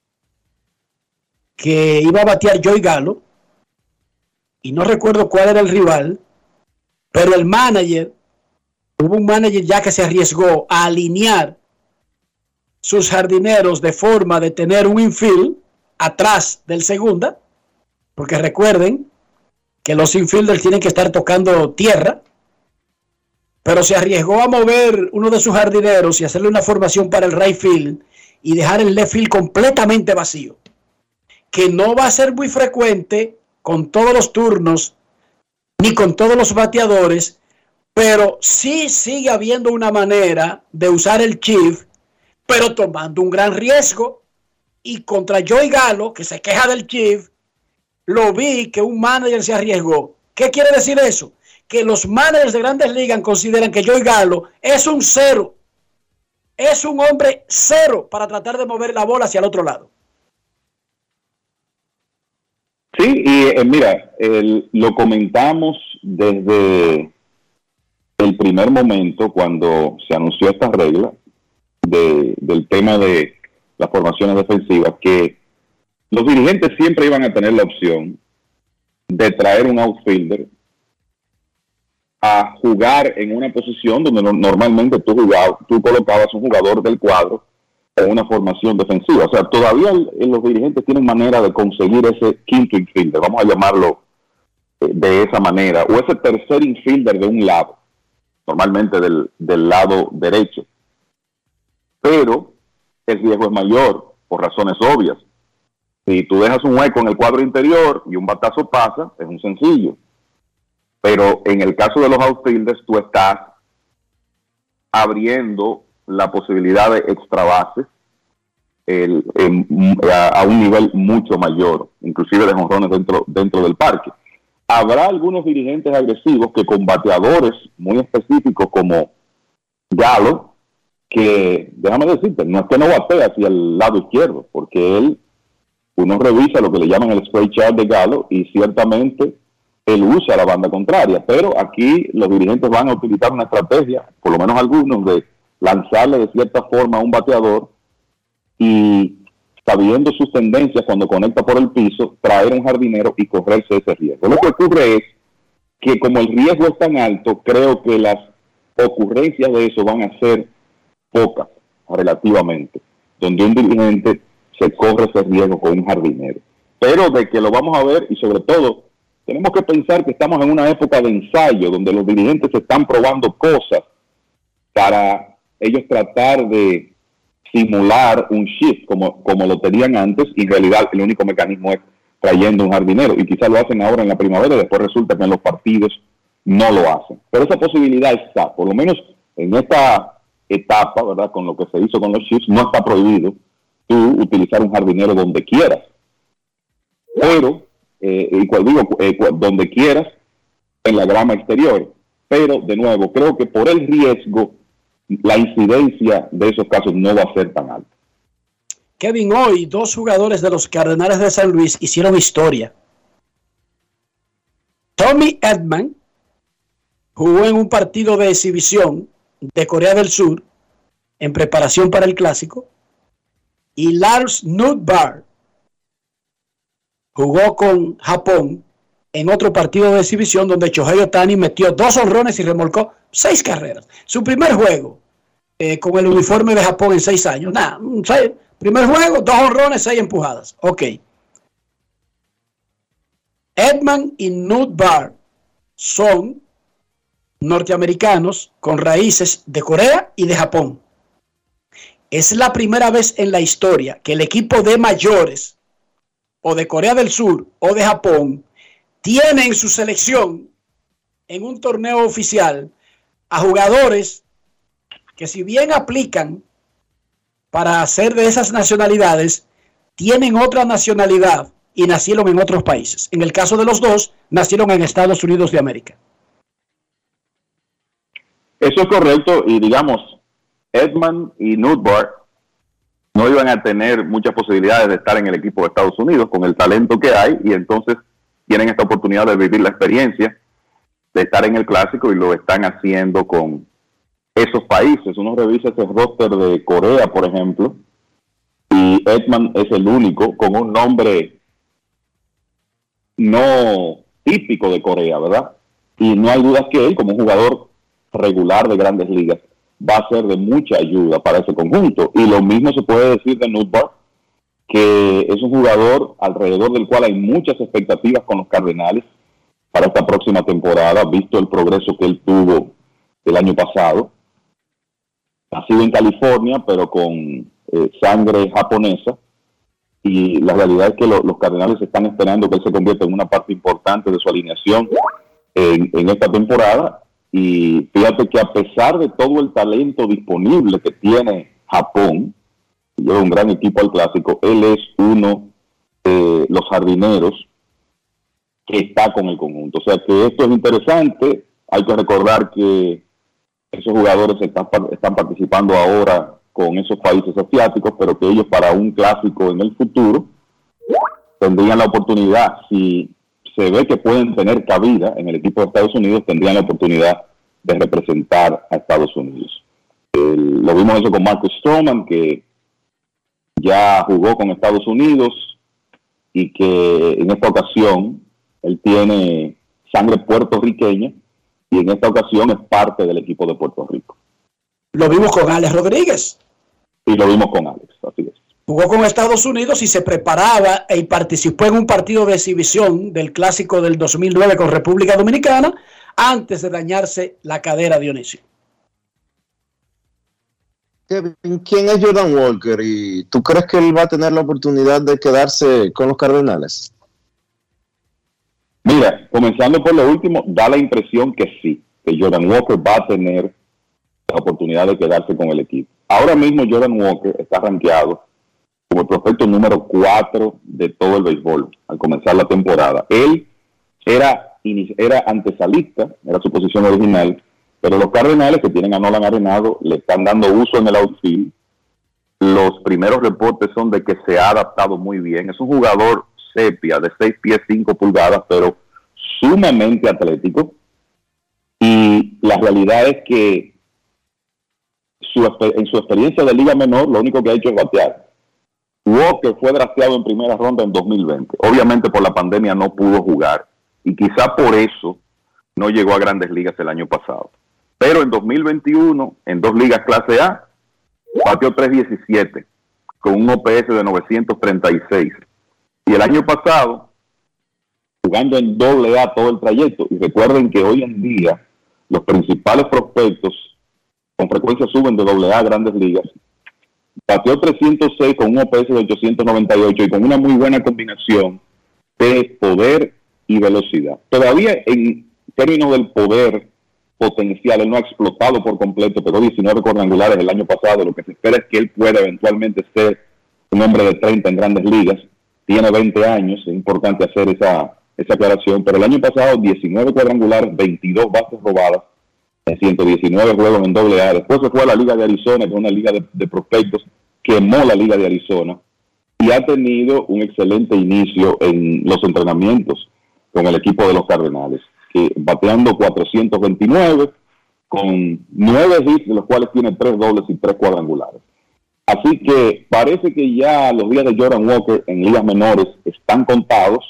que iba a batear Joey Gallo, y no recuerdo cuál era el rival, pero el manager, hubo un manager ya que se arriesgó a alinear sus jardineros de forma de tener un infield atrás del segunda, porque recuerden que los infielders tienen que estar tocando tierra, pero se arriesgó a mover uno de sus jardineros y hacerle una formación para el right field y dejar el left field completamente vacío, que no va a ser muy frecuente con todos los turnos ni con todos los bateadores, pero sí sigue habiendo una manera de usar el chief, pero tomando un gran riesgo. Y contra Joey Gallo, que se queja del chief, lo vi que un manager se arriesgó. ¿Qué quiere decir eso? Que los managers de Grandes Ligas consideran que Joey Gallo es un cero, es un hombre cero para tratar de mover la bola hacia el otro lado. Sí, y mira, lo comentamos desde el primer momento cuando se anunció esta regla del tema de las formaciones defensivas, que los dirigentes siempre iban a tener la opción de traer un outfielder a jugar en una posición donde normalmente tú colocabas un jugador del cuadro en una formación defensiva. O sea, todavía los dirigentes tienen manera de conseguir ese quinto infielder, vamos a llamarlo de esa manera, o ese tercer infielder de un lado, normalmente del lado derecho. Pero el riesgo es mayor, por razones obvias. Si tú dejas un hueco en el cuadro interior y un batazo pasa, es un sencillo. Pero en el caso de los outfielders, tú estás abriendo la posibilidad de extra bases a un nivel mucho mayor, inclusive de jonrones dentro del parque. Habrá algunos dirigentes agresivos que con bateadores muy específicos como Gallo, que déjame decirte, no es que no batea hacia el lado izquierdo, porque él uno revisa lo que le llaman el spray chart de Galo y ciertamente él usa la banda contraria, pero aquí los dirigentes van a utilizar una estrategia, por lo menos algunos, de lanzarle de cierta forma a un bateador y, sabiendo sus tendencias cuando conecta por el piso, traer a un jardinero y correrse ese riesgo. Lo que ocurre es que como el riesgo es tan alto, creo que las ocurrencias de eso van a ser pocas relativamente, donde un dirigente se corre ese riesgo con un jardinero. Pero de que lo vamos a ver, y sobre todo, tenemos que pensar que estamos en una época de ensayo, donde los dirigentes están probando cosas para ellos tratar de simular un shift como lo tenían antes, y en realidad el único mecanismo es trayendo un jardinero, y quizás lo hacen ahora en la primavera y después resulta que en los partidos no lo hacen. Pero esa posibilidad está, por lo menos en esta etapa, ¿verdad? Con lo que se hizo con los shifts, no está prohibido tú utilizar un jardinero donde quieras. Pero, donde quieras, en la grama exterior. Pero, de nuevo, creo que por el riesgo, la incidencia de esos casos no va a ser tan alta. Kevin, hoy 2 jugadores de los Cardenales de San Luis hicieron historia. Tommy Edman jugó en un partido de exhibición de Corea del Sur en preparación para el Clásico, y Lars Nootbaar jugó con Japón en otro partido de exhibición donde Shohei Ohtani metió 2 honrones y remolcó 6 carreras. Su primer juego con el uniforme de Japón en 6 años. Primer juego, 2 honrones, 6 empujadas. Ok. Edman y Nootbaar son norteamericanos con raíces de Corea y de Japón. Es la primera vez en la historia que el equipo de mayores o de Corea del Sur o de Japón tiene en su selección en un torneo oficial a jugadores que, si bien aplican para ser de esas nacionalidades, tienen otra nacionalidad y nacieron en otros países. En el caso de los dos, nacieron en Estados Unidos de América. Eso es correcto, y digamos, Edman y Nootbaar no iban a tener muchas posibilidades de estar en el equipo de Estados Unidos con el talento que hay, y entonces tienen esta oportunidad de vivir la experiencia de estar en el Clásico, y lo están haciendo con esos países. Uno revisa ese roster de Corea, por ejemplo, y Edman es el único con un nombre no típico de Corea, ¿verdad? Y no hay dudas que él, como jugador regular de Grandes Ligas, va a ser de mucha ayuda para ese conjunto. Y lo mismo se puede decir de Nootbaar, que es un jugador alrededor del cual hay muchas expectativas con los Cardenales para esta próxima temporada, visto el progreso que él tuvo el año pasado. Nacido en California, pero con sangre japonesa, y la realidad es que los Cardenales están esperando que él se convierta en una parte importante de su alineación en esta temporada. Y fíjate que a pesar de todo el talento disponible que tiene Japón, lleva un gran equipo al Clásico, él es uno de los jardineros que está con el conjunto. O sea que esto es interesante. Hay que recordar que esos jugadores están participando ahora con esos países asiáticos, pero que ellos, para un Clásico en el futuro, tendrían la oportunidad, si se ve que pueden tener cabida en el equipo de Estados Unidos, tendrían la oportunidad de representar a Estados Unidos. Lo vimos eso con Marcus Stroman, que ya jugó con Estados Unidos y que en esta ocasión él tiene sangre puertorriqueña y en esta ocasión es parte del equipo de Puerto Rico. Lo vimos con Alex Rodríguez. Y lo vimos con Alex, así es. Jugó con Estados Unidos y se preparaba y participó en un partido de exhibición del Clásico del 2009 con República Dominicana antes de dañarse la cadera, Dionisio. ¿Quién es Jordan Walker? ¿Y tú crees que él va a tener la oportunidad de quedarse con los Cardenales? Mira, comenzando por lo último, da la impresión que sí, que Jordan Walker va a tener la oportunidad de quedarse con el equipo. Ahora mismo Jordan Walker está rankeado como el prospecto número 4 de todo el béisbol al comenzar la temporada. Él era antesalista, era su posición original, pero los Cardenales, que tienen a Nolan Arenado, le están dando uso en el outfield los primeros reportes son de que se ha adaptado muy bien. Es un jugador sepia de 6 pies 5 pulgadas, pero sumamente atlético. Y la realidad es que en su experiencia de liga menor, lo único que ha hecho es batear. Walker fue drafteado en primera ronda en 2020. Obviamente por la pandemia no pudo jugar y quizá por eso no llegó a grandes ligas el año pasado. Pero en 2021, en 2 ligas clase A, bateó 317 con un OPS de 936. Y el año pasado, jugando en AA todo el trayecto, y recuerden que hoy en día los principales prospectos con frecuencia suben de AA a grandes ligas, bateó 306 con un OPS de 898 y con una muy buena combinación de poder y velocidad. Todavía en términos del poder potencial, él no ha explotado por completo, pero 19 cuadrangulares el año pasado. Lo que se espera es que él pueda eventualmente ser un hombre de 30 en grandes ligas. Tiene 20 años, es importante hacer esa aclaración, pero el año pasado 19 cuadrangulares, 22 bases robadas en 119 juegos en AA. Después se fue a la Liga de Arizona, que es una liga de prospectos, quemó la Liga de Arizona y ha tenido un excelente inicio en los entrenamientos con el equipo de los Cardenales, bateando 429 con 9 hits, de los cuales tiene 3 dobles y 3 cuadrangulares. Así que parece que ya los días de Jordan Walker en ligas menores están contados,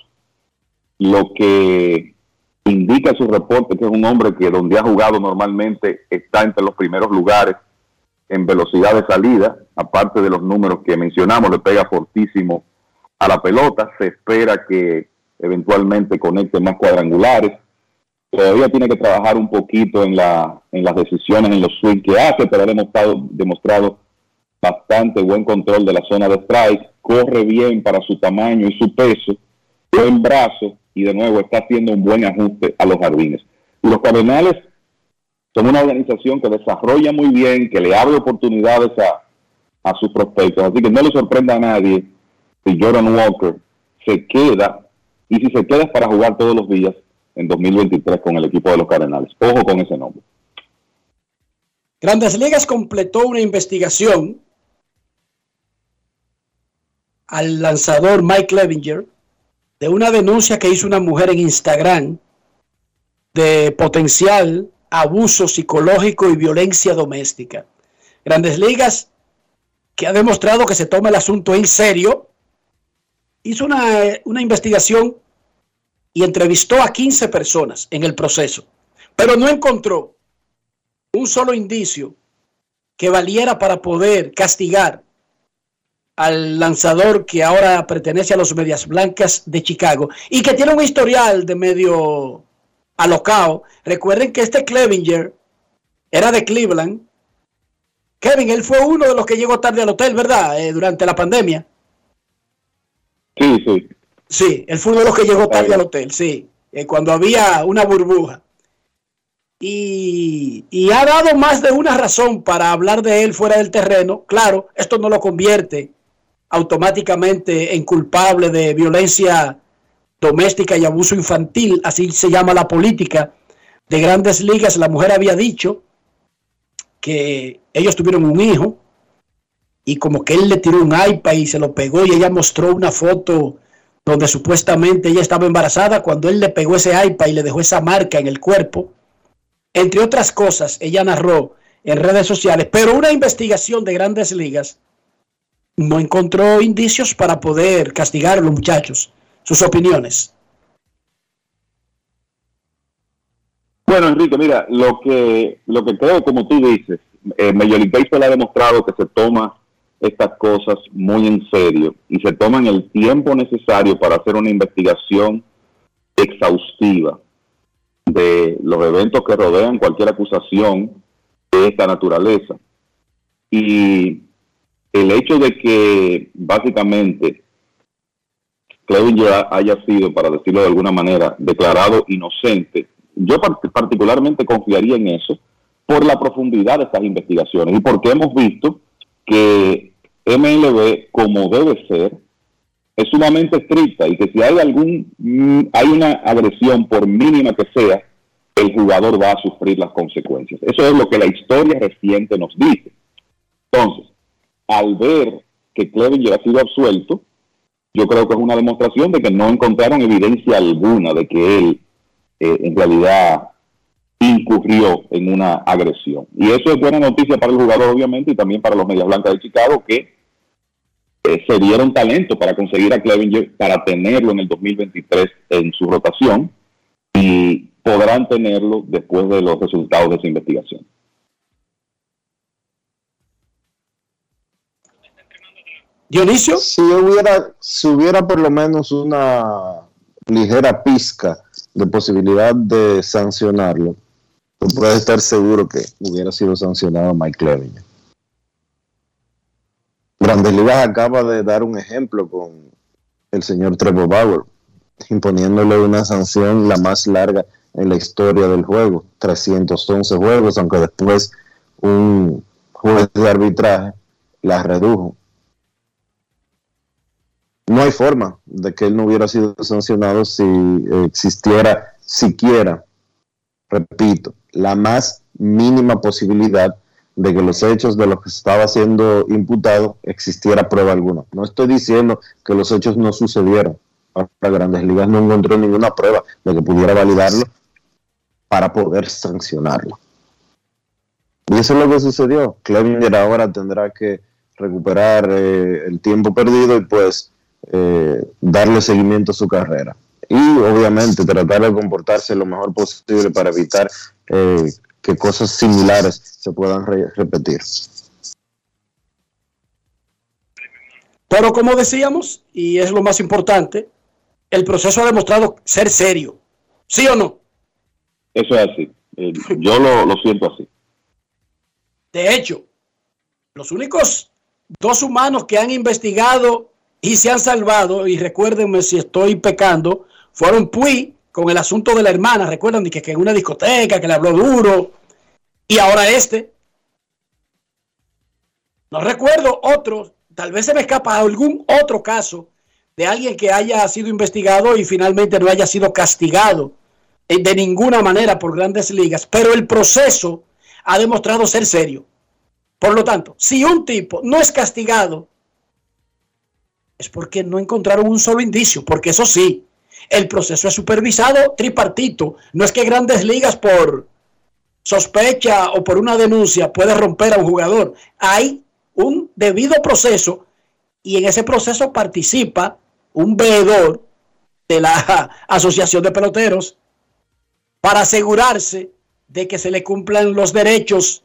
lo que indica su reporte que es un hombre que donde ha jugado normalmente está entre los primeros lugares en velocidad de salida, aparte de los números que mencionamos, le pega fortísimo a la pelota, se espera que eventualmente conecte más cuadrangulares. Todavía tiene que trabajar un poquito en las decisiones, en los swings que hace, pero ha demostrado bastante buen control de la zona de strike, corre bien para su tamaño y su peso, buen brazo, y de nuevo está haciendo un buen ajuste a los jardines. Y los Cardenales son una organización que desarrolla muy bien, que le abre oportunidades a sus prospectos, así que no le sorprenda a nadie si Jordan Walker se queda, y si se queda es para jugar todos los días en 2023 con el equipo de los Cardenales. Ojo con ese nombre. Grandes Ligas completó una investigación al lanzador Mike Clevinger de una denuncia que hizo una mujer en Instagram de potencial abuso psicológico y violencia doméstica. Grandes Ligas, que ha demostrado que se toma el asunto en serio, hizo una investigación y entrevistó a 15 personas en el proceso, pero no encontró un solo indicio que valiera para poder castigar al lanzador que ahora pertenece a los Medias Blancas de Chicago y que tiene un historial de medio alocado. Recuerden que este Clevinger era de Cleveland. Kevin, él fue uno de los que llegó tarde al hotel, ¿verdad? Durante la pandemia. Sí. Sí, él fue uno de los que llegó tarde al hotel, sí. Cuando había una burbuja. Y ha dado más de una razón para hablar de él fuera del terreno. Claro, esto no lo convierte automáticamente en culpable de violencia doméstica y abuso infantil, así se llama la política de Grandes Ligas. La mujer había dicho que ellos tuvieron un hijo y como que él le tiró un iPad y se lo pegó, y ella mostró una foto donde supuestamente ella estaba embarazada cuando él le pegó ese iPad y le dejó esa marca en el cuerpo. Entre otras cosas, ella narró en redes sociales, pero una investigación de Grandes Ligas no encontró indicios para poder castigar a los muchachos. Sus opiniones. Bueno, Enrique, mira, lo que creo, como tú dices, Major League Baseball ha demostrado que se toma estas cosas muy en serio y se toman el tiempo necesario para hacer una investigación exhaustiva de los eventos que rodean cualquier acusación de esta naturaleza. Y el hecho de que básicamente Clevinger haya sido, para decirlo de alguna manera, declarado inocente, yo particularmente confiaría en eso por la profundidad de estas investigaciones y porque hemos visto que MLB, como debe ser, es sumamente estricta y que si hay una agresión, por mínima que sea, el jugador va a sufrir las consecuencias. Eso es lo que la historia reciente nos dice. Entonces, al ver que Clevinger ha sido absuelto, yo creo que es una demostración de que no encontraron evidencia alguna de que él en realidad incurrió en una agresión. Y eso es buena noticia para el jugador, obviamente, y también para los Medias Blancas de Chicago, que se dieron talento para conseguir a Clevinger, para tenerlo en el 2023 en su rotación, y podrán tenerlo después de los resultados de esa investigación. Dionisio, si hubiera por lo menos una ligera pizca de posibilidad de sancionarlo, tú puedes estar seguro que hubiera sido sancionado Mike Clevinger. Grandes Ligas acaba de dar un ejemplo con el señor Trevor Bauer, imponiéndole una sanción la más larga en la historia del juego, 311 juegos, aunque después un juez de arbitraje la redujo. No hay forma de que él no hubiera sido sancionado si existiera siquiera, repito, la más mínima posibilidad de que los hechos de los que estaba siendo imputado existiera prueba alguna. No estoy diciendo que los hechos no sucedieron. Ahora Grandes Ligas no encontró ninguna prueba de que pudiera validarlo para poder sancionarlo. Y eso es lo que sucedió. Clevinger ahora tendrá que recuperar el tiempo perdido y pues darle seguimiento a su carrera. Y obviamente tratar de comportarse lo mejor posible para evitar que cosas similares se puedan repetir. Pero como decíamos, y es lo más importante, el proceso ha demostrado ser serio. ¿Sí o no? Eso es así. Yo lo siento así. De hecho, los únicos dos humanos que han investigado y se han salvado, y recuérdenme si estoy pecando, fueron Puig con el asunto de la hermana. Recuerdan que en una discoteca que le habló duro, y ahora no recuerdo otro, tal vez se me escapa algún otro caso de alguien que haya sido investigado y finalmente no haya sido castigado de ninguna manera por Grandes Ligas, pero el proceso ha demostrado ser serio. Por lo tanto, si un tipo no es castigado, es porque no encontraron un solo indicio, porque eso sí, el proceso es supervisado tripartito. No es que Grandes Ligas por sospecha o por una denuncia puede romper a un jugador. Hay un debido proceso y en ese proceso participa un veedor de la Asociación de Peloteros para asegurarse de que se le cumplan los derechos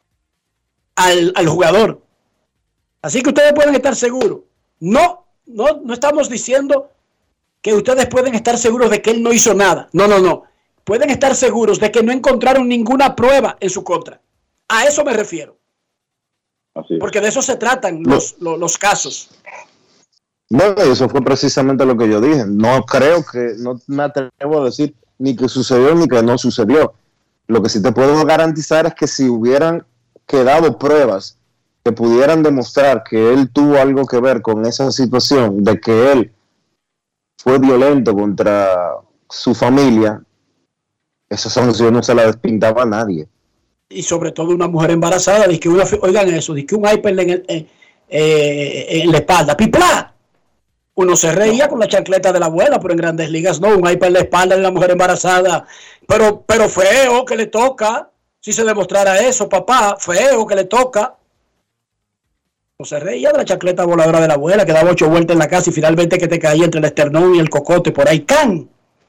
al jugador. Así que ustedes pueden estar seguros. No estamos diciendo que ustedes pueden estar seguros de que él no hizo nada. No. Pueden estar seguros de que no encontraron ninguna prueba en su contra. A eso me refiero. Así es. Porque de eso se tratan los casos. Bueno, eso fue precisamente lo que yo dije. No me atrevo a decir ni que sucedió ni que no sucedió. Lo que sí te puedo garantizar es que si hubieran quedado pruebas que pudieran demostrar que él tuvo algo que ver con esa situación, de que él fue violento contra su familia, esa sanción no se la despintaba a nadie. Y sobre todo una mujer embarazada, oigan eso, que un iPad en la espalda, ¡piplá! Uno se reía con la chancleta de la abuela, pero en Grandes Ligas no, un iPad en la espalda de una mujer embarazada, pero feo que le toca, si se demostrara eso, papá, feo que le toca. No se reía de la chancleta voladora de la abuela, que daba 8 vueltas en la casa y finalmente que te caía entre el esternón y el cocote, por ahí, ¡can!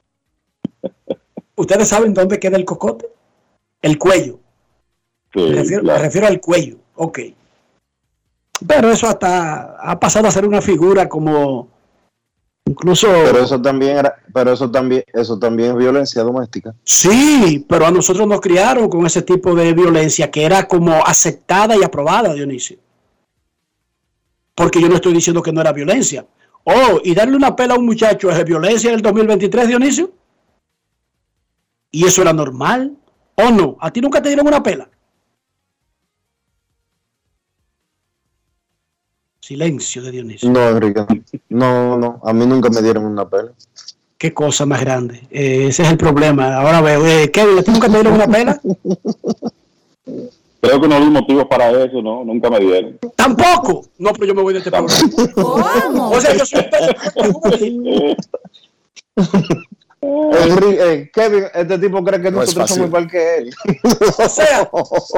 ¿Ustedes saben dónde queda el cocote? El cuello. Sí, me refiero al cuello, ok. Pero eso hasta ha pasado a ser una figura como incluso... Pero eso también es violencia doméstica. Sí, pero a nosotros nos criaron con ese tipo de violencia que era como aceptada y aprobada, Dionisio. Porque yo no estoy diciendo que no era violencia. Y darle una pela a un muchacho es violencia en el 2023, Dionisio. ¿Y eso era normal? ¿O no? ¿A ti nunca te dieron una pela? Silencio de Dionisio. No, Enrique. No. A mí nunca me dieron una pela. Qué cosa más grande. Ese es el problema. Ahora veo. Kevin, ¿a ti nunca te dieron una pela? Creo que no hay motivos para eso, ¿no? Nunca me dieron. ¿Tampoco? No, pero yo me voy de este programa. ¿Cómo? O sea, yo soy Kevin, este tipo cree que nosotros somos igual que él. O sea,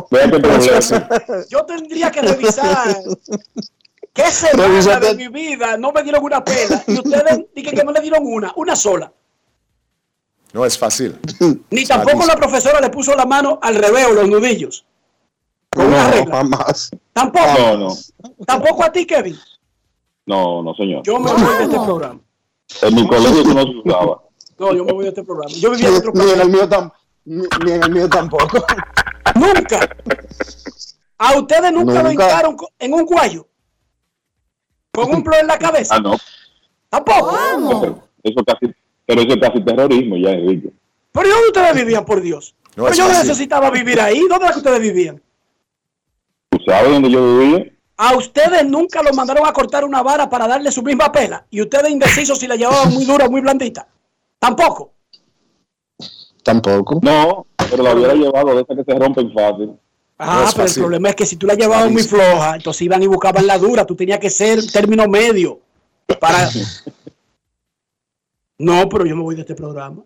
yo tendría que revisar qué semana de mi vida no me dieron una pela y ustedes dicen que no le dieron una sola. No es fácil. Ni tampoco la profesora le puso la mano al revés o los nudillos. Con una regla. Jamás. Tampoco. No. Tampoco a ti, Kevin. No, señor. Yo me voy de este programa. En mi colegio no se usaba. No, yo me voy de este programa. Yo vivía en otro país. Ni en el mío tampoco. Nunca. ¿A ustedes nunca lo hincaron en un guayo? ¿Con un plo en la cabeza? Ah, no. ¿Tampoco? Eso es casi terrorismo ya, Enrique. ¿Pero dónde ustedes vivían, por Dios? Pero yo necesitaba vivir ahí. ¿Dónde era que ustedes vivían? ¿Tú sabes dónde yo vivía? A ustedes nunca lo mandaron a cortar una vara para darle su misma pela. Y ustedes indecisos si la llevaban muy dura o muy blandita. ¿Tampoco? Tampoco. No, pero la hubiera llevado de esas que se rompen fácil. Ah, pero el problema es que si tú la llevabas muy floja, entonces iban y buscaban la dura. Tú tenías que ser término medio para... No, pero yo me voy de este programa.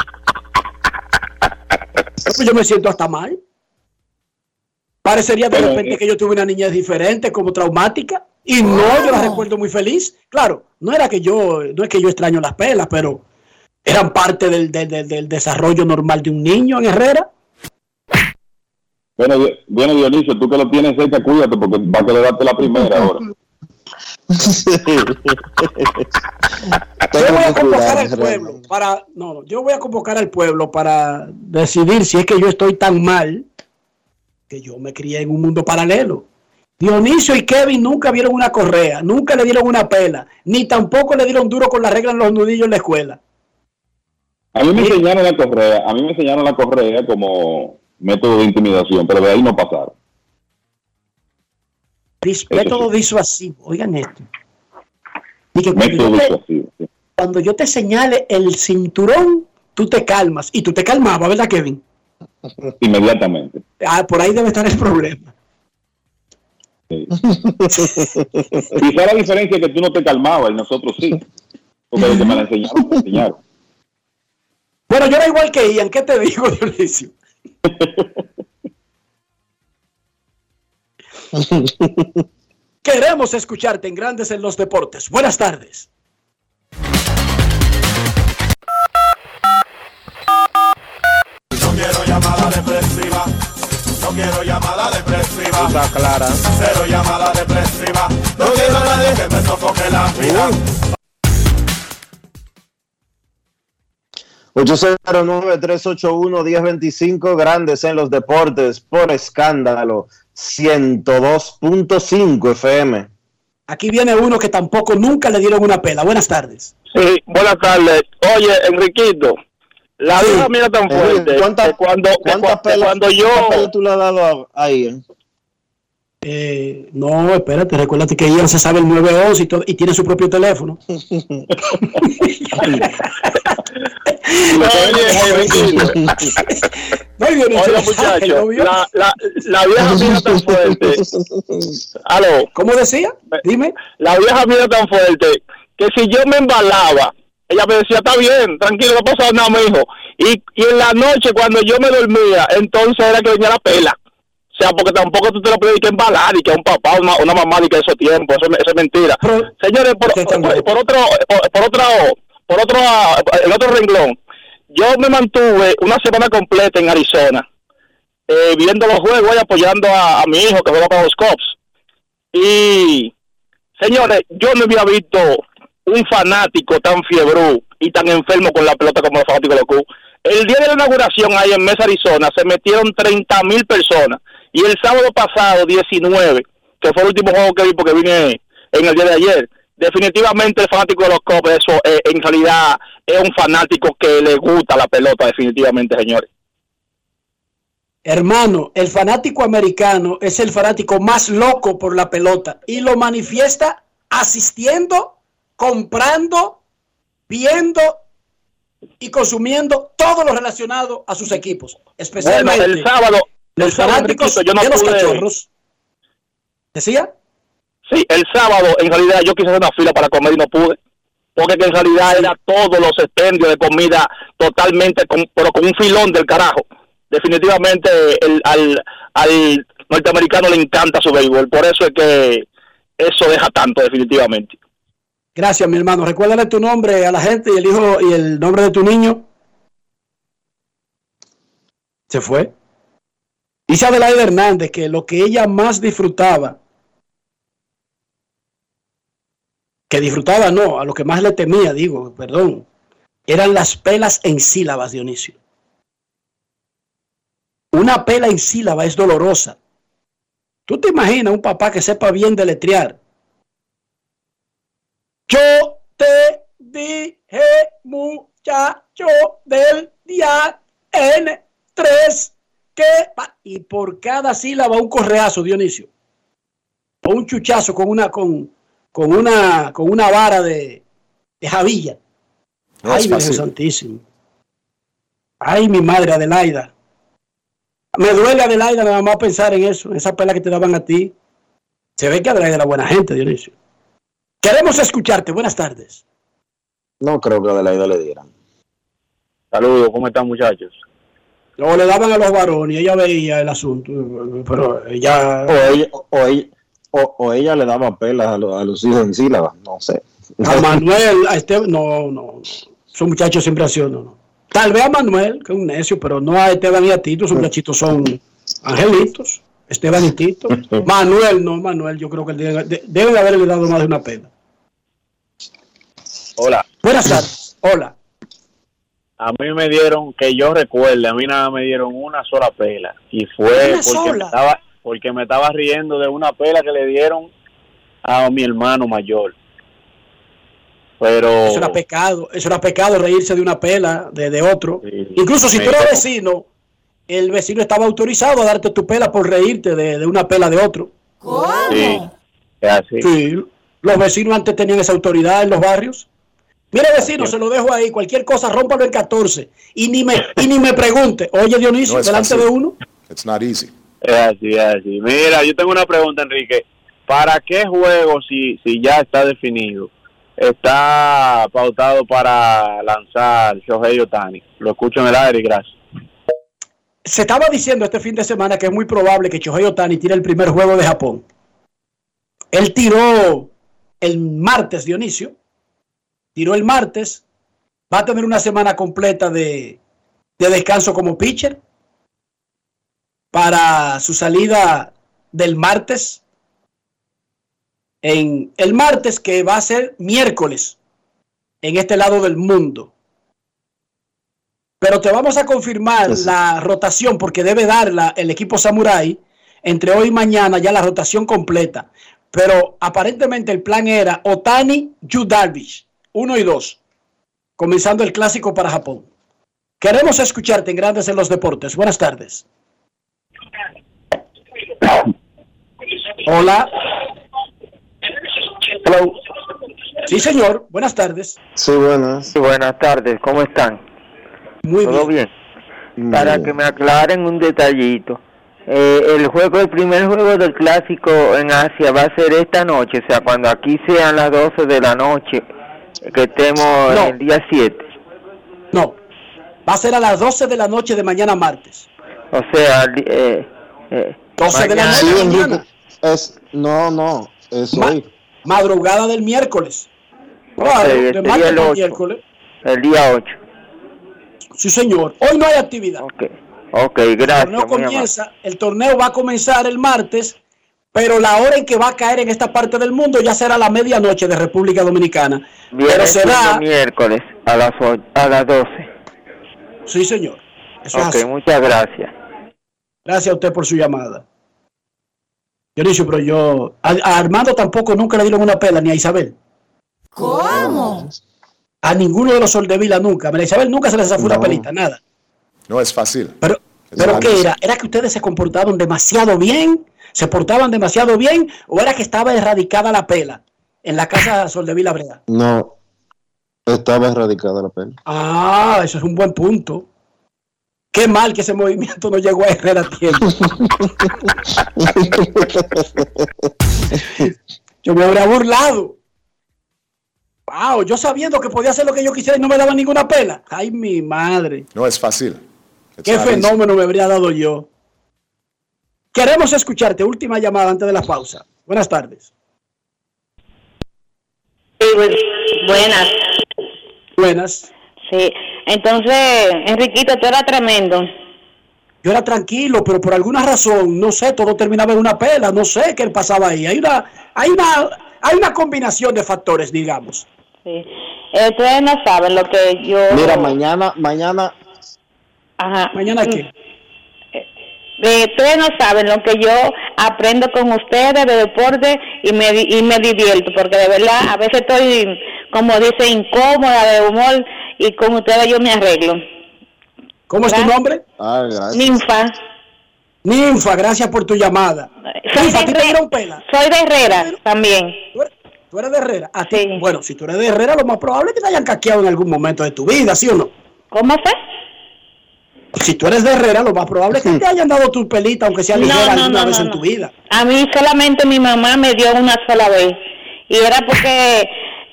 Pues yo me siento hasta mal. Parecería de repente que yo tuve una niñez diferente, como traumática, y no, yo la recuerdo muy feliz. Claro, no es que yo extraño las pelas, pero eran parte del desarrollo normal de un niño en Herrera. Bueno, Dionisio, tú que lo tienes cerca, cuídate porque va a querer darte la primera ahora. Yo voy a convocar al pueblo yo voy a convocar al pueblo para decidir si es que yo estoy tan mal que yo me crié en un mundo paralelo. Dionisio y Kevin nunca vieron una correa, nunca le dieron una pela, ni tampoco le dieron duro con la regla en los nudillos en la escuela. A mí me enseñaron la correa como método de intimidación, pero de ahí no pasaron. Método disuasivo, oigan esto. Cuando yo te señale el cinturón, tú te calmas. Y tú te calmabas, ¿verdad, Kevin? Inmediatamente. Por ahí debe estar el problema. Sí. Quizá la diferencia es que tú no te calmabas y nosotros sí. Porque desde que me la enseñaron, me enseñaron. Bueno, yo era igual que Ian. ¿Qué te digo, Dionisio? Queremos escucharte en Grandes en los Deportes. Buenas tardes. No quiero llamada depresiva. No quiero llamada depresiva. Está clara. Cero llamada depresiva. No quiero a nadie que me sofoque la vida. 809-381-1025, Grandes en los Deportes, por Escándalo 102.5 FM. Aquí viene uno que tampoco nunca le dieron una pela. Buenas tardes. Sí, buenas tardes. Oye, Enriquito, la vieja mía tan fuerte. ¿Cuántas pelas tú le has dado ahí? No, espérate, recuérdate que Ian se sabe el 911 y tiene su propio teléfono. Oye, muchacho, la vieja mía tan fuerte. ¿Aló? ¿Cómo decía? Dime. La vieja mía tan fuerte que si yo me embalaba, ella me decía, está bien, tranquilo, no pasa nada, mijo. Y en la noche, cuando yo me dormía, entonces era que venía la pela. O sea, porque tampoco tú te lo puedes embalar y que un papá, una mamá, y que esos tiempos, eso es mentira. Señores, en otro renglón, yo me mantuve una semana completa en Arizona, viendo los juegos y apoyando a mi hijo que juega para los Cubs. Y, señores, yo no había visto un fanático tan fiebrú y tan enfermo con la pelota como los fanáticos de los Cubs. El día de la inauguración ahí en Mesa, Arizona, se metieron 30,000 personas. Y el sábado pasado, 19, que fue el último juego que vi porque vine en el día de ayer, definitivamente el fanático de los Cubs, eso en realidad es un fanático que le gusta la pelota, definitivamente, señores. Hermano, el fanático americano es el fanático más loco por la pelota y lo manifiesta asistiendo, comprando, viendo y consumiendo todo lo relacionado a sus equipos, especialmente bueno, el sábado Los fanáticos de los Cachorros. ¿Decía? Sí, el sábado en realidad yo quise hacer una fila para comer y no pude. Porque que en realidad era todos los expendios de comida totalmente, pero con un filón del carajo. Definitivamente al norteamericano le encanta su béisbol, por eso es que eso deja tanto definitivamente. Gracias, mi hermano. Recuérdale tu nombre a la gente y el hijo y el nombre de tu niño. Se fue. Dice Adelaide Hernández que lo que ella más disfrutaba, a lo que más le temía, eran las pelas en sílabas, Dionisio. Una pela en sílaba es dolorosa. ¿Tú te imaginas un papá que sepa bien deletrear? Yo te dije, muchacho del día N3, que... Y por cada sílaba un correazo, Dionisio. O un chuchazo con una vara de jabilla. No Ay, es Virgen fácil. Santísimo. Ay, mi madre Adelaida. Me duele, Adelaida, nada más pensar en eso, en esa pela que te daban a ti. Se ve que Adelaida era buena gente, Dionisio. Queremos escucharte. Buenas tardes. No creo que a Adelaida le dieran. Saludos, ¿cómo están, muchachos? Luego le daban a los varones y ella veía el asunto, pero ella... O ella le daba pelas a los hijos en sílabas, no sé. A Manuel, a Esteban, no. Esos muchachos siempre han sido, no. Tal vez a Manuel, que es un necio, pero no a Esteban y a Tito, esos muchachitos son angelitos. Esteban y Tito. Manuel, yo creo que debe haberle dado más de una pena. Hola. Buenas tardes. Hola. A mí me dieron, que yo recuerde, a mí nada me dieron una sola pela. Y fue porque me estaba riendo de una pela que le dieron a mi hermano mayor. Pero eso era pecado reírse de una pela de otro. Sí, incluso si tú eras vecino, el vecino estaba autorizado a darte tu pela por reírte de una pela de otro. ¿Cómo? Sí, es así. Sí, los vecinos antes tenían esa autoridad en los barrios. Mire, vecino, se lo dejo ahí. Cualquier cosa, rómpalo en 14. Y ni me pregunte. Oye, Dionisio, delante de uno. It's not easy. Es así. Mira, yo tengo una pregunta, Enrique. ¿Para qué juego, si ya está definido, está pautado para lanzar Shohei Ohtani? Lo escucho en el aire y gracias. Se estaba diciendo este fin de semana que es muy probable que Shohei Ohtani tire el primer juego de Japón. Él tiró el martes, Dionisio. Tiró el martes. Va a tener una semana completa de descanso como pitcher para su salida del martes. En el martes, que va a ser miércoles en este lado del mundo. Pero te vamos a confirmar la rotación, porque debe darla el equipo Samurai entre hoy y mañana, ya la rotación completa. Pero aparentemente el plan era Ohtani, Yu Darvish, 1 y 2, comenzando el clásico para Japón. Queremos escucharte en Grandes en los Deportes. Buenas tardes. Hola. Hello. Sí, señor. Buenas tardes. Sí, buenas. Sí, buenas tardes. ¿Cómo están? Muy bien. ¿Todo bien? Para que me aclaren un detallito. El primer juego del clásico en Asia va a ser esta noche, o sea, cuando aquí sean las 12 de la noche, que estemos el día 7. No, va a ser a las 12 de la noche de mañana martes. O sea, 12 de la noche de mañana. No, es hoy. Madrugada del miércoles. Claro, de martes al miércoles. El día 8. Sí, señor. Hoy no hay actividad. Ok, gracias. El torneo va a comenzar el martes, pero la hora en que va a caer en esta parte del mundo ya será la medianoche de República Dominicana. Pero será miércoles a las 12. Sí, señor. Eso es así. Muchas gracias. Gracias a usted por su llamada. Dionisio, pero a Armando tampoco nunca le dieron una pela, ni a Isabel. ¿Cómo? A ninguno de los Soldevila nunca. A Isabel nunca se les zafó una pelita, nada. No es fácil. ¿Pero qué era? ¿Era que ustedes se comportaron demasiado bien? ¿Se portaban demasiado bien? ¿O era que estaba erradicada la pela en la casa Soldevila Breda? No, estaba erradicada la pela. Eso es un buen punto. Qué mal que ese movimiento no llegó a Herrera a tiempo. Yo me habría burlado. Wow, yo sabiendo que podía hacer lo que yo quisiera y no me daba ninguna pela. Ay, mi madre. No es fácil. Qué fenómeno me habría dado yo. Queremos escucharte. Última llamada antes de la pausa. Buenas tardes. Sí, buenas. Buenas. Sí, entonces, Enriquito, tú eras tremendo. Yo era tranquilo, pero por alguna razón, no sé, todo terminaba en una pela, no sé qué pasaba ahí. Hay una combinación de factores, digamos. Sí. Ustedes no saben lo que yo... Mira, mañana... Ajá. ¿Mañana qué? Ustedes no saben lo que yo aprendo con ustedes de deporte y me divierto, porque de verdad a veces estoy, como dice, incómoda de humor y con ustedes yo me arreglo. ¿Cómo es tu nombre? Ninfa. Ninfa, gracias por tu llamada. Ninfa, ¿a ti te dieron pela? Soy de Herrera también. ¿Tú eres de Herrera? ¿A ti? Sí. Bueno, si tú eres de Herrera, lo más probable es que te hayan caqueado en algún momento de tu vida, ¿sí o no? ¿Cómo fue? Si tú eres de Herrera, lo más probable es que te hayan dado tu pelita, aunque sea ligera, alguna vez en tu vida. A mí solamente mi mamá me dio una sola vez. Y era porque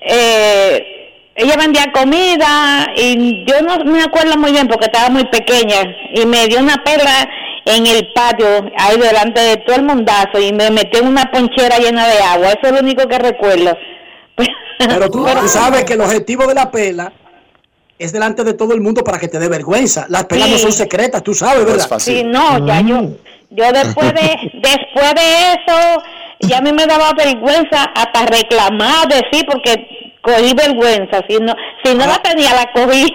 ella vendía comida y yo no me acuerdo muy bien porque estaba muy pequeña. Y me dio una pela en el patio, ahí delante de todo el mundazo, y me metió en una ponchera llena de agua. Eso es lo único que recuerdo. Pero tú sabes que el objetivo de la pela es delante de todo el mundo para que te dé vergüenza. Las pelas no son secretas, tú sabes, ¿verdad? Sí, no, ya yo después de eso, ya a mí me daba vergüenza hasta reclamar, decir, porque cogí vergüenza. Si no la tenía, la cogí.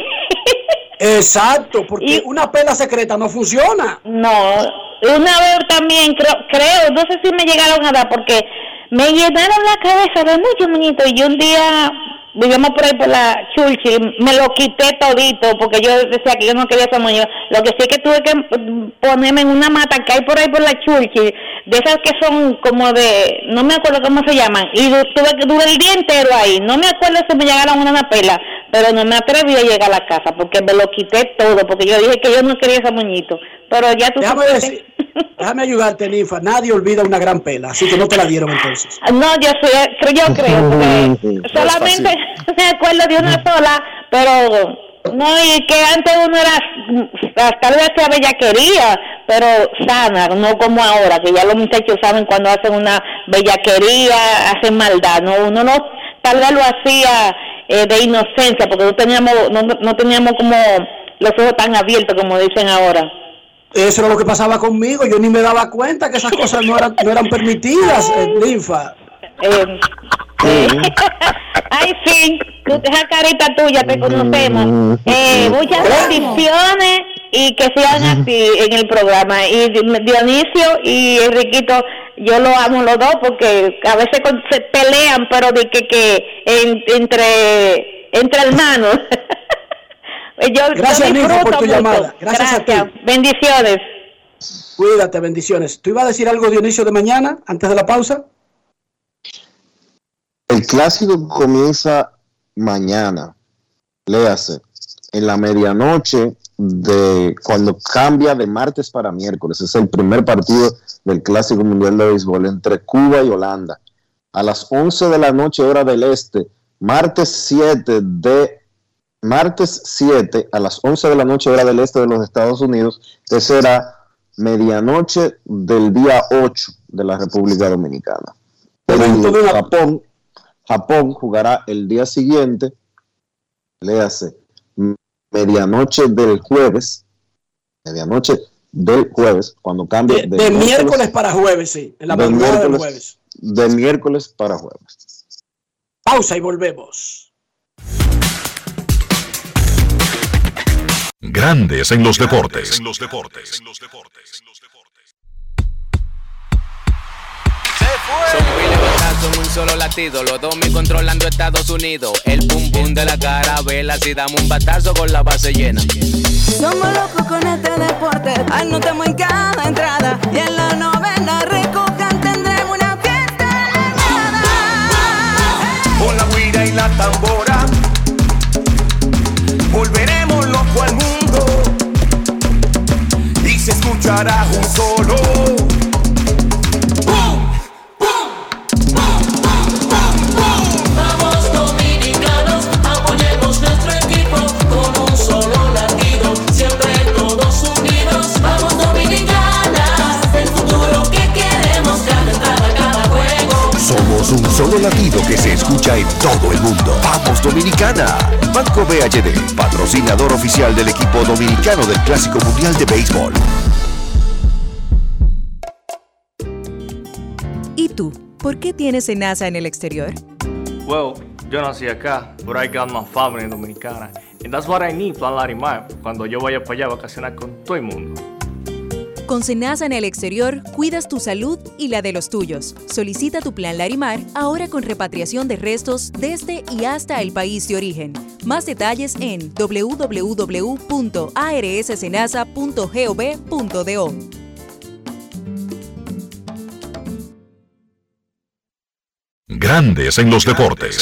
Exacto, porque una pela secreta no funciona. No, una vez también, creo, no sé si me llegaron a dar, porque me llenaron la cabeza de muchos muñitos, y un día... Vivíamos por ahí por la Churchill, me lo quité todito porque yo decía que yo no quería ese moño. Lo que sí es que tuve que ponerme en una mata que hay por ahí por la Churchill, de esas que son como de, no me acuerdo cómo se llaman, y tuve que durar el día entero ahí. No me acuerdo si me llegaron una pela, pero no me atreví a llegar a la casa porque me lo quité todo, porque yo dije que yo no quería ese moñito. Pero ya tú sabes. Déjame ayudarte, Ninfa. Nadie olvida una gran pela, así que no te la dieron entonces. No, yo creo, porque solamente me acuerdo de una sola, pero no, y que antes uno era, tal vez sea bellaquería, pero sana, no como ahora, que ya los muchachos saben cuando hacen una bellaquería, hacen maldad, no, uno no, tal vez lo hacía de inocencia, porque no teníamos como los ojos tan abiertos como dicen ahora. Eso era lo que pasaba conmigo, yo ni me daba cuenta que esas cosas no eran permitidas, Ninfa. Ay, sí, esa carita tuya, te conocemos. Muchas bendiciones y que sean así en el programa. Y Dionisio y Enriquito, yo lo amo los dos porque a veces se pelean, pero de que entre hermanos. Gracias, Ninfa, por tu llamada. Gracias a ti. Bendiciones. Cuídate, bendiciones. ¿Tú ibas a decir algo, Dionisio, de mañana, antes de la pausa? El clásico comienza mañana, léase, en la medianoche de cuando cambia de martes para miércoles. Es el primer partido del Clásico Mundial de Béisbol entre Cuba y Holanda. A las 11 de la noche, hora del este, martes 7 a las 11 de la noche, hora del este de los Estados Unidos, que será medianoche del día 8 de la República Dominicana. Japón jugará el día siguiente, léase, medianoche del jueves, cuando cambie de miércoles para jueves, sí, en la madrugada del jueves. De miércoles para jueves. Pausa y volvemos. Grandes en los deportes. Somos ilevantados en un solo latido, los dos me controlando Estados Unidos. El pum pum de la carabela, si damos un batazo con la base llena. Somos locos con este deporte, anotamos en cada entrada y en la novena recojan tendremos una fiesta elevada. Con la guira y la tambora volveremos loco al mundo. escucharás un solo. Vamos dominicanos, apoyemos nuestro equipo con un solo latido, siempre todos unidos. Vamos Dominicana, el futuro que queremos, cada entrada, cada juego. Somos un solo latido que se escucha en todo el mundo. ¡Vamos Dominicana! Banco BHD, patrocinador oficial del equipo dominicano del Clásico Mundial de Béisbol. ¿Y tú? ¿Por qué tienes SENASA en el exterior? Well, yo nací acá, but I got my family dominicana. And that's what I need, Plan Larimar, cuando yo vaya para allá a vacacionar con todo el mundo. Con SENASA en el exterior, cuidas tu salud y la de los tuyos. Solicita tu plan Larimar ahora con repatriación de restos desde y hasta el país de origen. Más detalles en www.arssenasa.gov.do. Grandes en los deportes.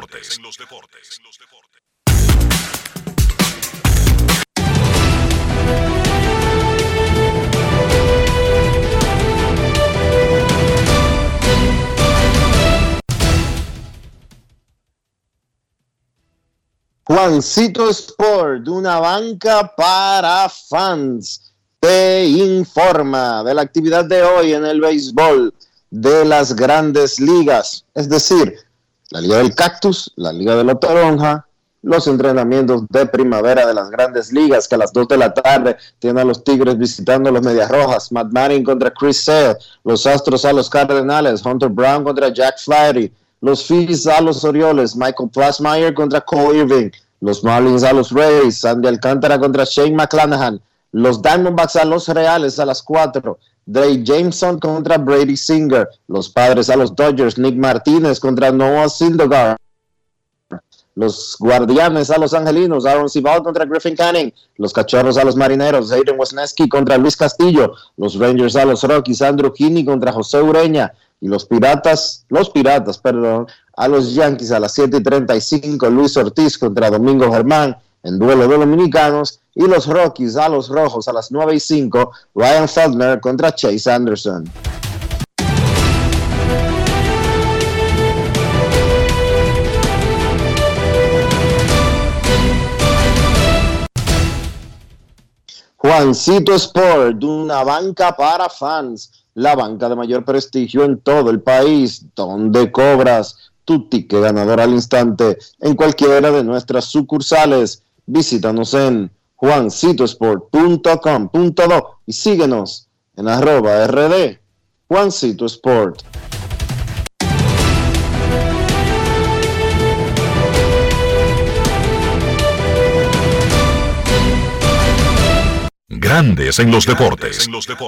Juancito Sport, una banca para fans, te informa de la actividad de hoy en el béisbol de las grandes ligas, es decir, la Liga del Cactus, la Liga de la Toronja, los entrenamientos de primavera de las grandes ligas, que a las 2 de la tarde tienen a los Tigres visitando a los Medias Rojas, Matt Manning contra Chris Sale, los Astros a los Cardenales, Hunter Brown contra Jack Flaherty, los Phillies a los Orioles, Michael Plasmayer contra Cole Irving, los Marlins a los Rays, Sandy Alcántara contra Shane McClanahan, los Diamondbacks a los Reales a las 4, Drake Jameson contra Brady Singer, los Padres a los Dodgers, Nick Martínez contra Noah Syndergaard, los Guardianes a los Angelinos, Aaron Cibal contra Griffin Canning, los Cachorros a los Marineros, Hayden Wesneski contra Luis Castillo, los Rangers a los Rockies, Andrew Heaney contra José Ureña, y los Piratas, a los Yankees a las 7:35, Luis Ortiz contra Domingo Germán en duelo de dominicanos, y los Rockies a los Rojos a las 9:05, Ryan Feldner contra Chase Anderson. Juancito Sport, una banca para fans, la banca de mayor prestigio en todo el país, donde cobras tu ticket ganador al instante en cualquiera de nuestras sucursales. Visítanos en juancitosport.com.do y síguenos en @RD Juancito Sport. Grandes en los deportes.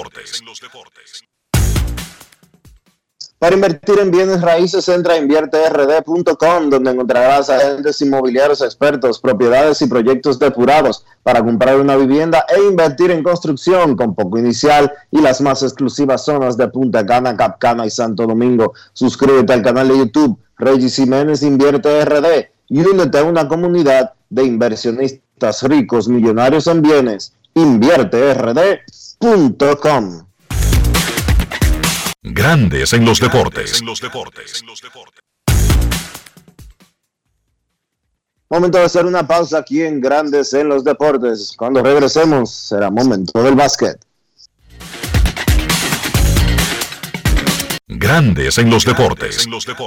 Para invertir en bienes raíces, entra a invierterd.com, donde encontrarás agentes inmobiliarios expertos, propiedades y proyectos depurados para comprar una vivienda e invertir en construcción con poco inicial y las más exclusivas zonas de Punta Cana, Cap Cana y Santo Domingo. Suscríbete al canal de YouTube Regis Jiménez Invierte RD y únete a una comunidad de inversionistas ricos, millonarios en bienes. invierterd.com. Grandes en los deportes. Momento de hacer una pausa aquí en Grandes en los Deportes. Cuando regresemos será momento del básquet. Grandes en los deportes.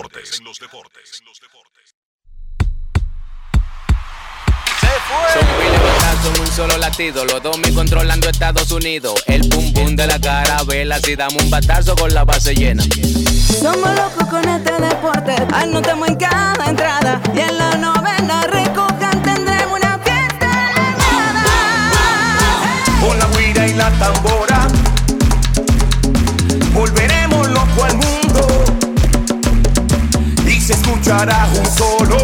Son miles batazos en un solo latido, los Domi controlando Estados Unidos. El pum pum de la carabela, si damos un batazo con la base llena. Somos locos con este deporte, anotamos en cada entrada y en la novena recojan tendremos una fiesta elevada. Con la guira y la tambora volveremos loco al mundo y se escuchará un solo.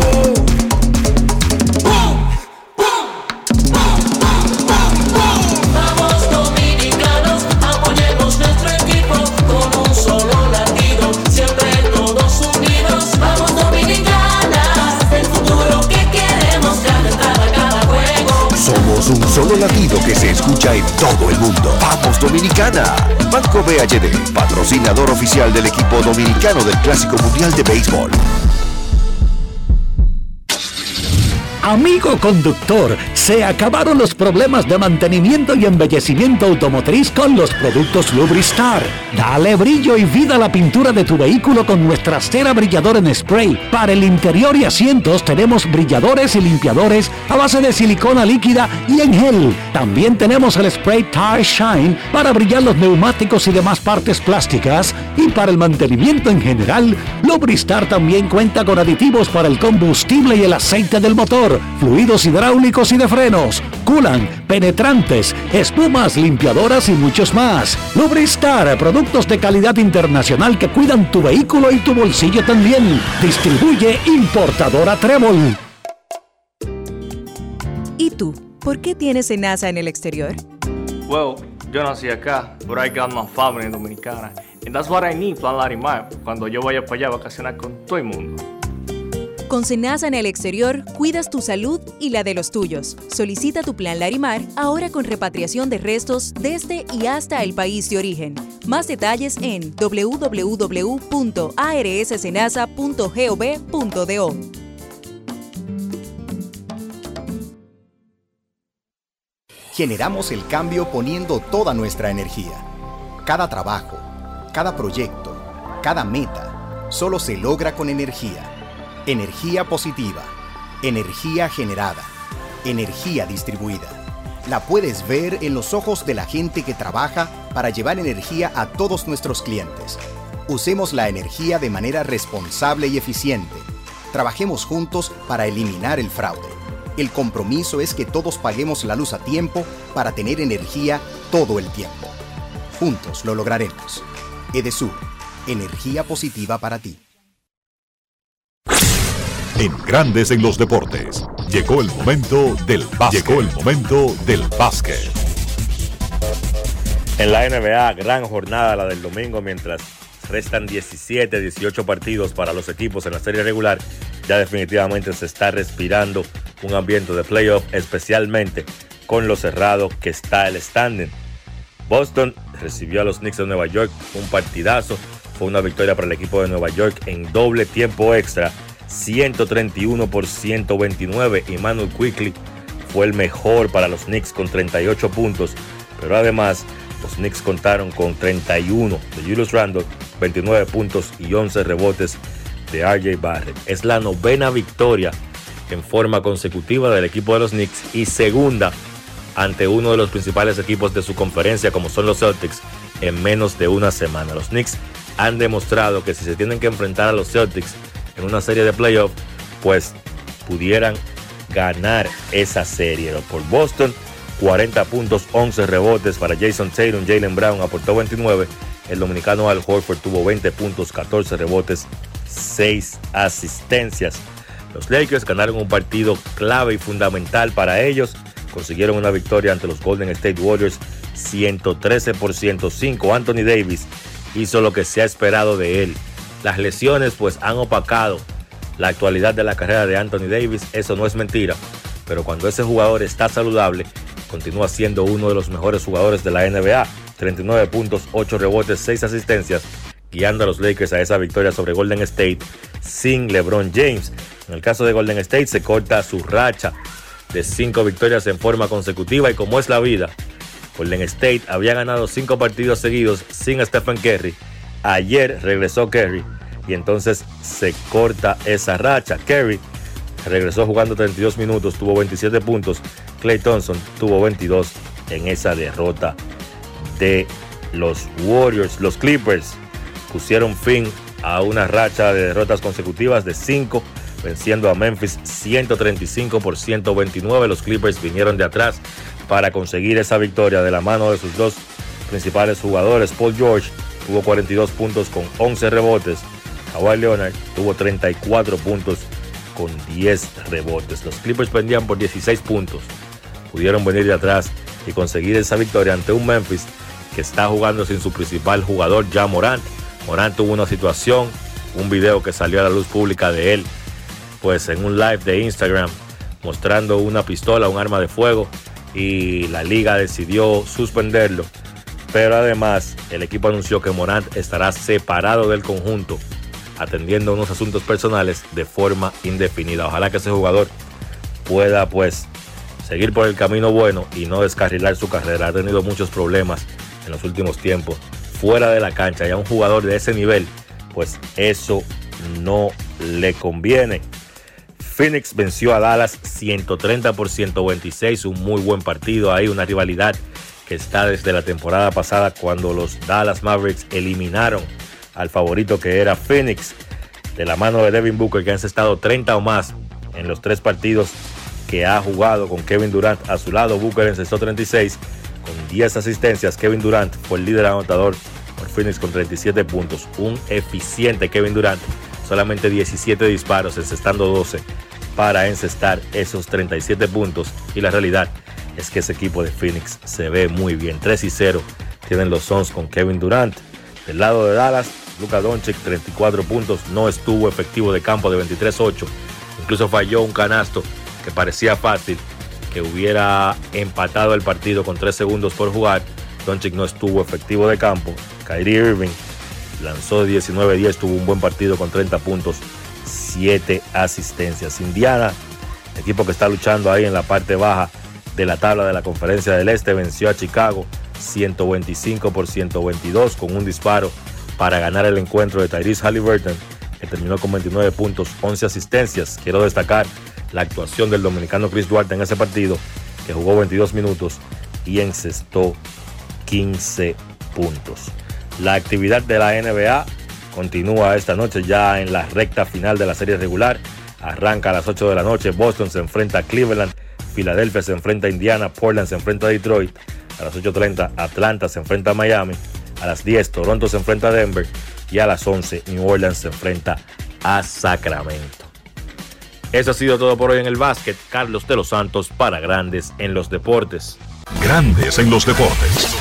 Vamos dominicanos, apoyemos nuestro equipo con un solo latido, siempre todos unidos. Vamos Dominicana, solo latido que se escucha en todo el mundo. ¡Vamos Dominicana! Banco BHD, patrocinador oficial del equipo dominicano del Clásico Mundial de Béisbol. Amigo conductor, se acabaron los problemas de mantenimiento y embellecimiento automotriz con los productos Lubristar. Dale brillo y vida a la pintura de tu vehículo con nuestra cera brilladora en spray. Para el interior y asientos tenemos brilladores y limpiadores a base de silicona líquida y en gel. También tenemos el spray Tire Shine para brillar los neumáticos y demás partes plásticas. Y para el mantenimiento en general, Lubristar también cuenta con aditivos para el combustible y el aceite del motor, fluidos hidráulicos y de frenos, culan, penetrantes, espumas, limpiadoras y muchos más. Lubristar, productos de calidad internacional que cuidan tu vehículo y tu bolsillo también. Distribuye importadora Trébol. ¿Y tú? ¿Por qué tienes SENASA en el exterior? Well, yo nací acá, but I got my family dominicana. And that's what I need, Plan Larimar, cuando yo vaya para allá a vacacionar con todo el mundo. Con SENASA en el exterior, cuidas tu salud y la de los tuyos. Solicita tu plan Larimar ahora con repatriación de restos desde y hasta el país de origen. Más detalles en www.arssenasa.gov.do. Generamos el cambio poniendo toda nuestra energía. Cada trabajo, cada proyecto, cada meta, solo se logra con energía. Energía positiva, energía generada, energía distribuida. La puedes ver en los ojos de la gente que trabaja para llevar energía a todos nuestros clientes. Usemos la energía de manera responsable y eficiente. Trabajemos juntos para eliminar el fraude. El compromiso es que todos paguemos la luz a tiempo para tener energía todo el tiempo. Juntos lo lograremos. Edesur, energía positiva para ti. En Grandes en los Deportes, llegó el momento del básquet. En la NBA, gran jornada la del domingo, mientras restan 17, 18 partidos para los equipos en la serie regular. Ya definitivamente se está respirando un ambiente de playoff, especialmente con lo cerrado que está el standing. Boston recibió a los Knicks de Nueva York, un partidazo. Fue una victoria para el equipo de Nueva York en doble tiempo extra, 131-129. Immanuel Quickley fue el mejor para los Knicks con 38 puntos, pero además los Knicks contaron con 31 de Julius Randle, 29 puntos y 11 rebotes de RJ Barrett. Es la novena victoria en forma consecutiva del equipo de los Knicks y segunda ante uno de los principales equipos de su conferencia, como son los Celtics, en menos de una semana. Los Knicks han demostrado que si se tienen que enfrentar a los Celtics en una serie de playoff, pues pudieran ganar esa serie. Por Boston, 40 puntos, 11 rebotes para Jason Tatum. Jaylen Brown aportó 29. El dominicano Al Horford tuvo 20 puntos, 14 rebotes, 6 asistencias. Los Lakers ganaron un partido clave y fundamental para ellos. Consiguieron una victoria ante los Golden State Warriors, 113-105. Anthony Davis hizo lo que se ha esperado de él. Las lesiones pues han opacado la actualidad de la carrera de Anthony Davis. Eso no es mentira, pero cuando ese jugador está saludable, continúa siendo uno de los mejores jugadores de la NBA. 39 puntos, 8 rebotes, 6 asistencias, guiando a los Lakers a esa victoria sobre Golden State sin LeBron James. En el caso de Golden State, se corta su racha de 5 victorias en forma consecutiva, y como es la vida, Golden State había ganado 5 partidos seguidos sin Stephen Curry. Ayer regresó Curry y entonces se corta esa racha. Curry regresó jugando 32 minutos, tuvo 27 puntos. Klay Thompson tuvo 22 en esa derrota de los Warriors. Los Clippers pusieron fin a una racha de derrotas consecutivas de 5, venciendo a Memphis 135-129. Los Clippers vinieron de atrás para conseguir esa victoria de la mano de sus dos principales jugadores. Paul George tuvo 42 puntos con 11 rebotes. Kawhi Leonard tuvo 34 puntos con 10 rebotes. Los Clippers pendían por 16 puntos. Pudieron venir de atrás y conseguir esa victoria ante un Memphis que está jugando sin su principal jugador, Ja Morant. Morant tuvo una situación, un video que salió a la luz pública de él, pues en un live de Instagram, mostrando una pistola, un arma de fuego, y la liga decidió suspenderlo. Pero además el equipo anunció que Morant estará separado del conjunto, atendiendo unos asuntos personales de forma indefinida. Ojalá que ese jugador pueda pues seguir por el camino bueno y no descarrilar su carrera. Ha tenido muchos problemas en los últimos tiempos fuera de la cancha, y a un jugador de ese nivel pues eso no le conviene. Phoenix venció a Dallas 130-126, un muy buen partido. Hay una rivalidad que está desde la temporada pasada, cuando los Dallas Mavericks eliminaron al favorito que era Phoenix, de la mano de Devin Booker, que ha encestado 30 o más en los 3 partidos que ha jugado con Kevin Durant a su lado. Booker encestó 36 con 10 asistencias. Kevin Durant fue el líder anotador por Phoenix con 37 puntos. Un eficiente Kevin Durant, solamente 17 disparos, encestando 12 para encestar esos 37 puntos. Y la realidad es que ese equipo de Phoenix se ve muy bien. 3-0 tienen los Suns con Kevin Durant. Del lado de Dallas, Luka Doncic, 34 puntos, no estuvo efectivo de campo, de 23-8. Incluso falló un canasto que parecía fácil, que hubiera empatado el partido con 3 segundos por jugar. Doncic no estuvo efectivo de campo. Kyrie Irving lanzó de 19-10, tuvo un buen partido con 30 puntos, 7 asistencias. Indiana, equipo que está luchando ahí en la parte baja de la tabla de la Conferencia del Este, venció a Chicago 125-122 con un disparo para ganar el encuentro de Tyrese Haliburton, que terminó con 29 puntos, 11 asistencias. Quiero destacar la actuación del dominicano Chris Duarte en ese partido, que jugó 22 minutos y encestó 15 puntos. La actividad de la NBA continúa esta noche, ya en la recta final de la serie regular. Arranca a las 8 de la noche. Boston se enfrenta a Cleveland, Filadelfia se enfrenta a Indiana, Portland se enfrenta a Detroit. A las 8:30 Atlanta se enfrenta a Miami. A las 10 Toronto se enfrenta a Denver. Y a las 11 New Orleans se enfrenta a Sacramento. Eso ha sido todo por hoy en el básquet. Carlos de los Santos para Grandes en los Deportes. Grandes en los Deportes.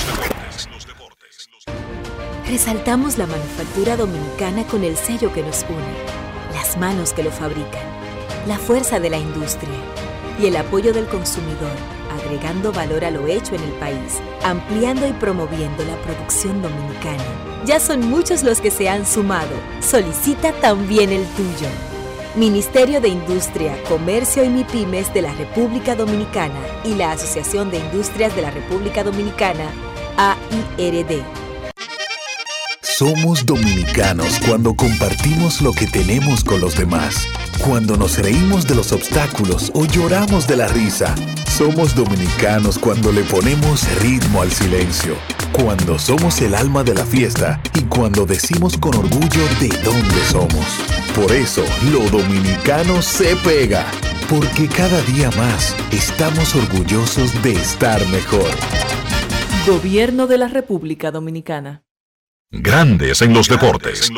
Resaltamos la manufactura dominicana con el sello que nos une, las manos que lo fabrican, la fuerza de la industria y el apoyo del consumidor, agregando valor a lo hecho en el país, ampliando y promoviendo la producción dominicana. Ya son muchos los que se han sumado. Solicita también el tuyo. Ministerio de Industria, Comercio y MIPYMES de la República Dominicana y la Asociación de Industrias de la República Dominicana, AIRD. Somos dominicanos cuando compartimos lo que tenemos con los demás, cuando nos reímos de los obstáculos o lloramos de la risa. Somos dominicanos cuando le ponemos ritmo al silencio, cuando somos el alma de la fiesta y cuando decimos con orgullo de dónde somos. Por eso, lo dominicano se pega, porque cada día más estamos orgullosos de estar mejor. Gobierno de la República Dominicana. Grandes en los Deportes.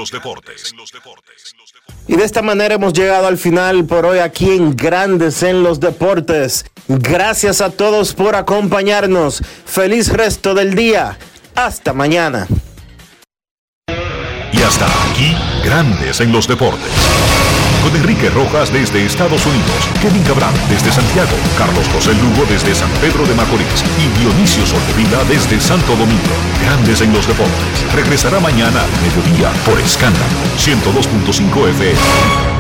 Y de esta manera hemos llegado al final por hoy aquí en Grandes en los Deportes. Gracias a todos por acompañarnos. Feliz resto del día. Hasta mañana. Y hasta aquí, Grandes en los Deportes. Con Enrique Rojas desde Estados Unidos, Kevin Cabral desde Santiago, Carlos José Lugo desde San Pedro de Macorís y Dionisio Solterida desde Santo Domingo. Grandes en los Deportes. Regresará mañana a mediodía por Escándalo 102.5 FM.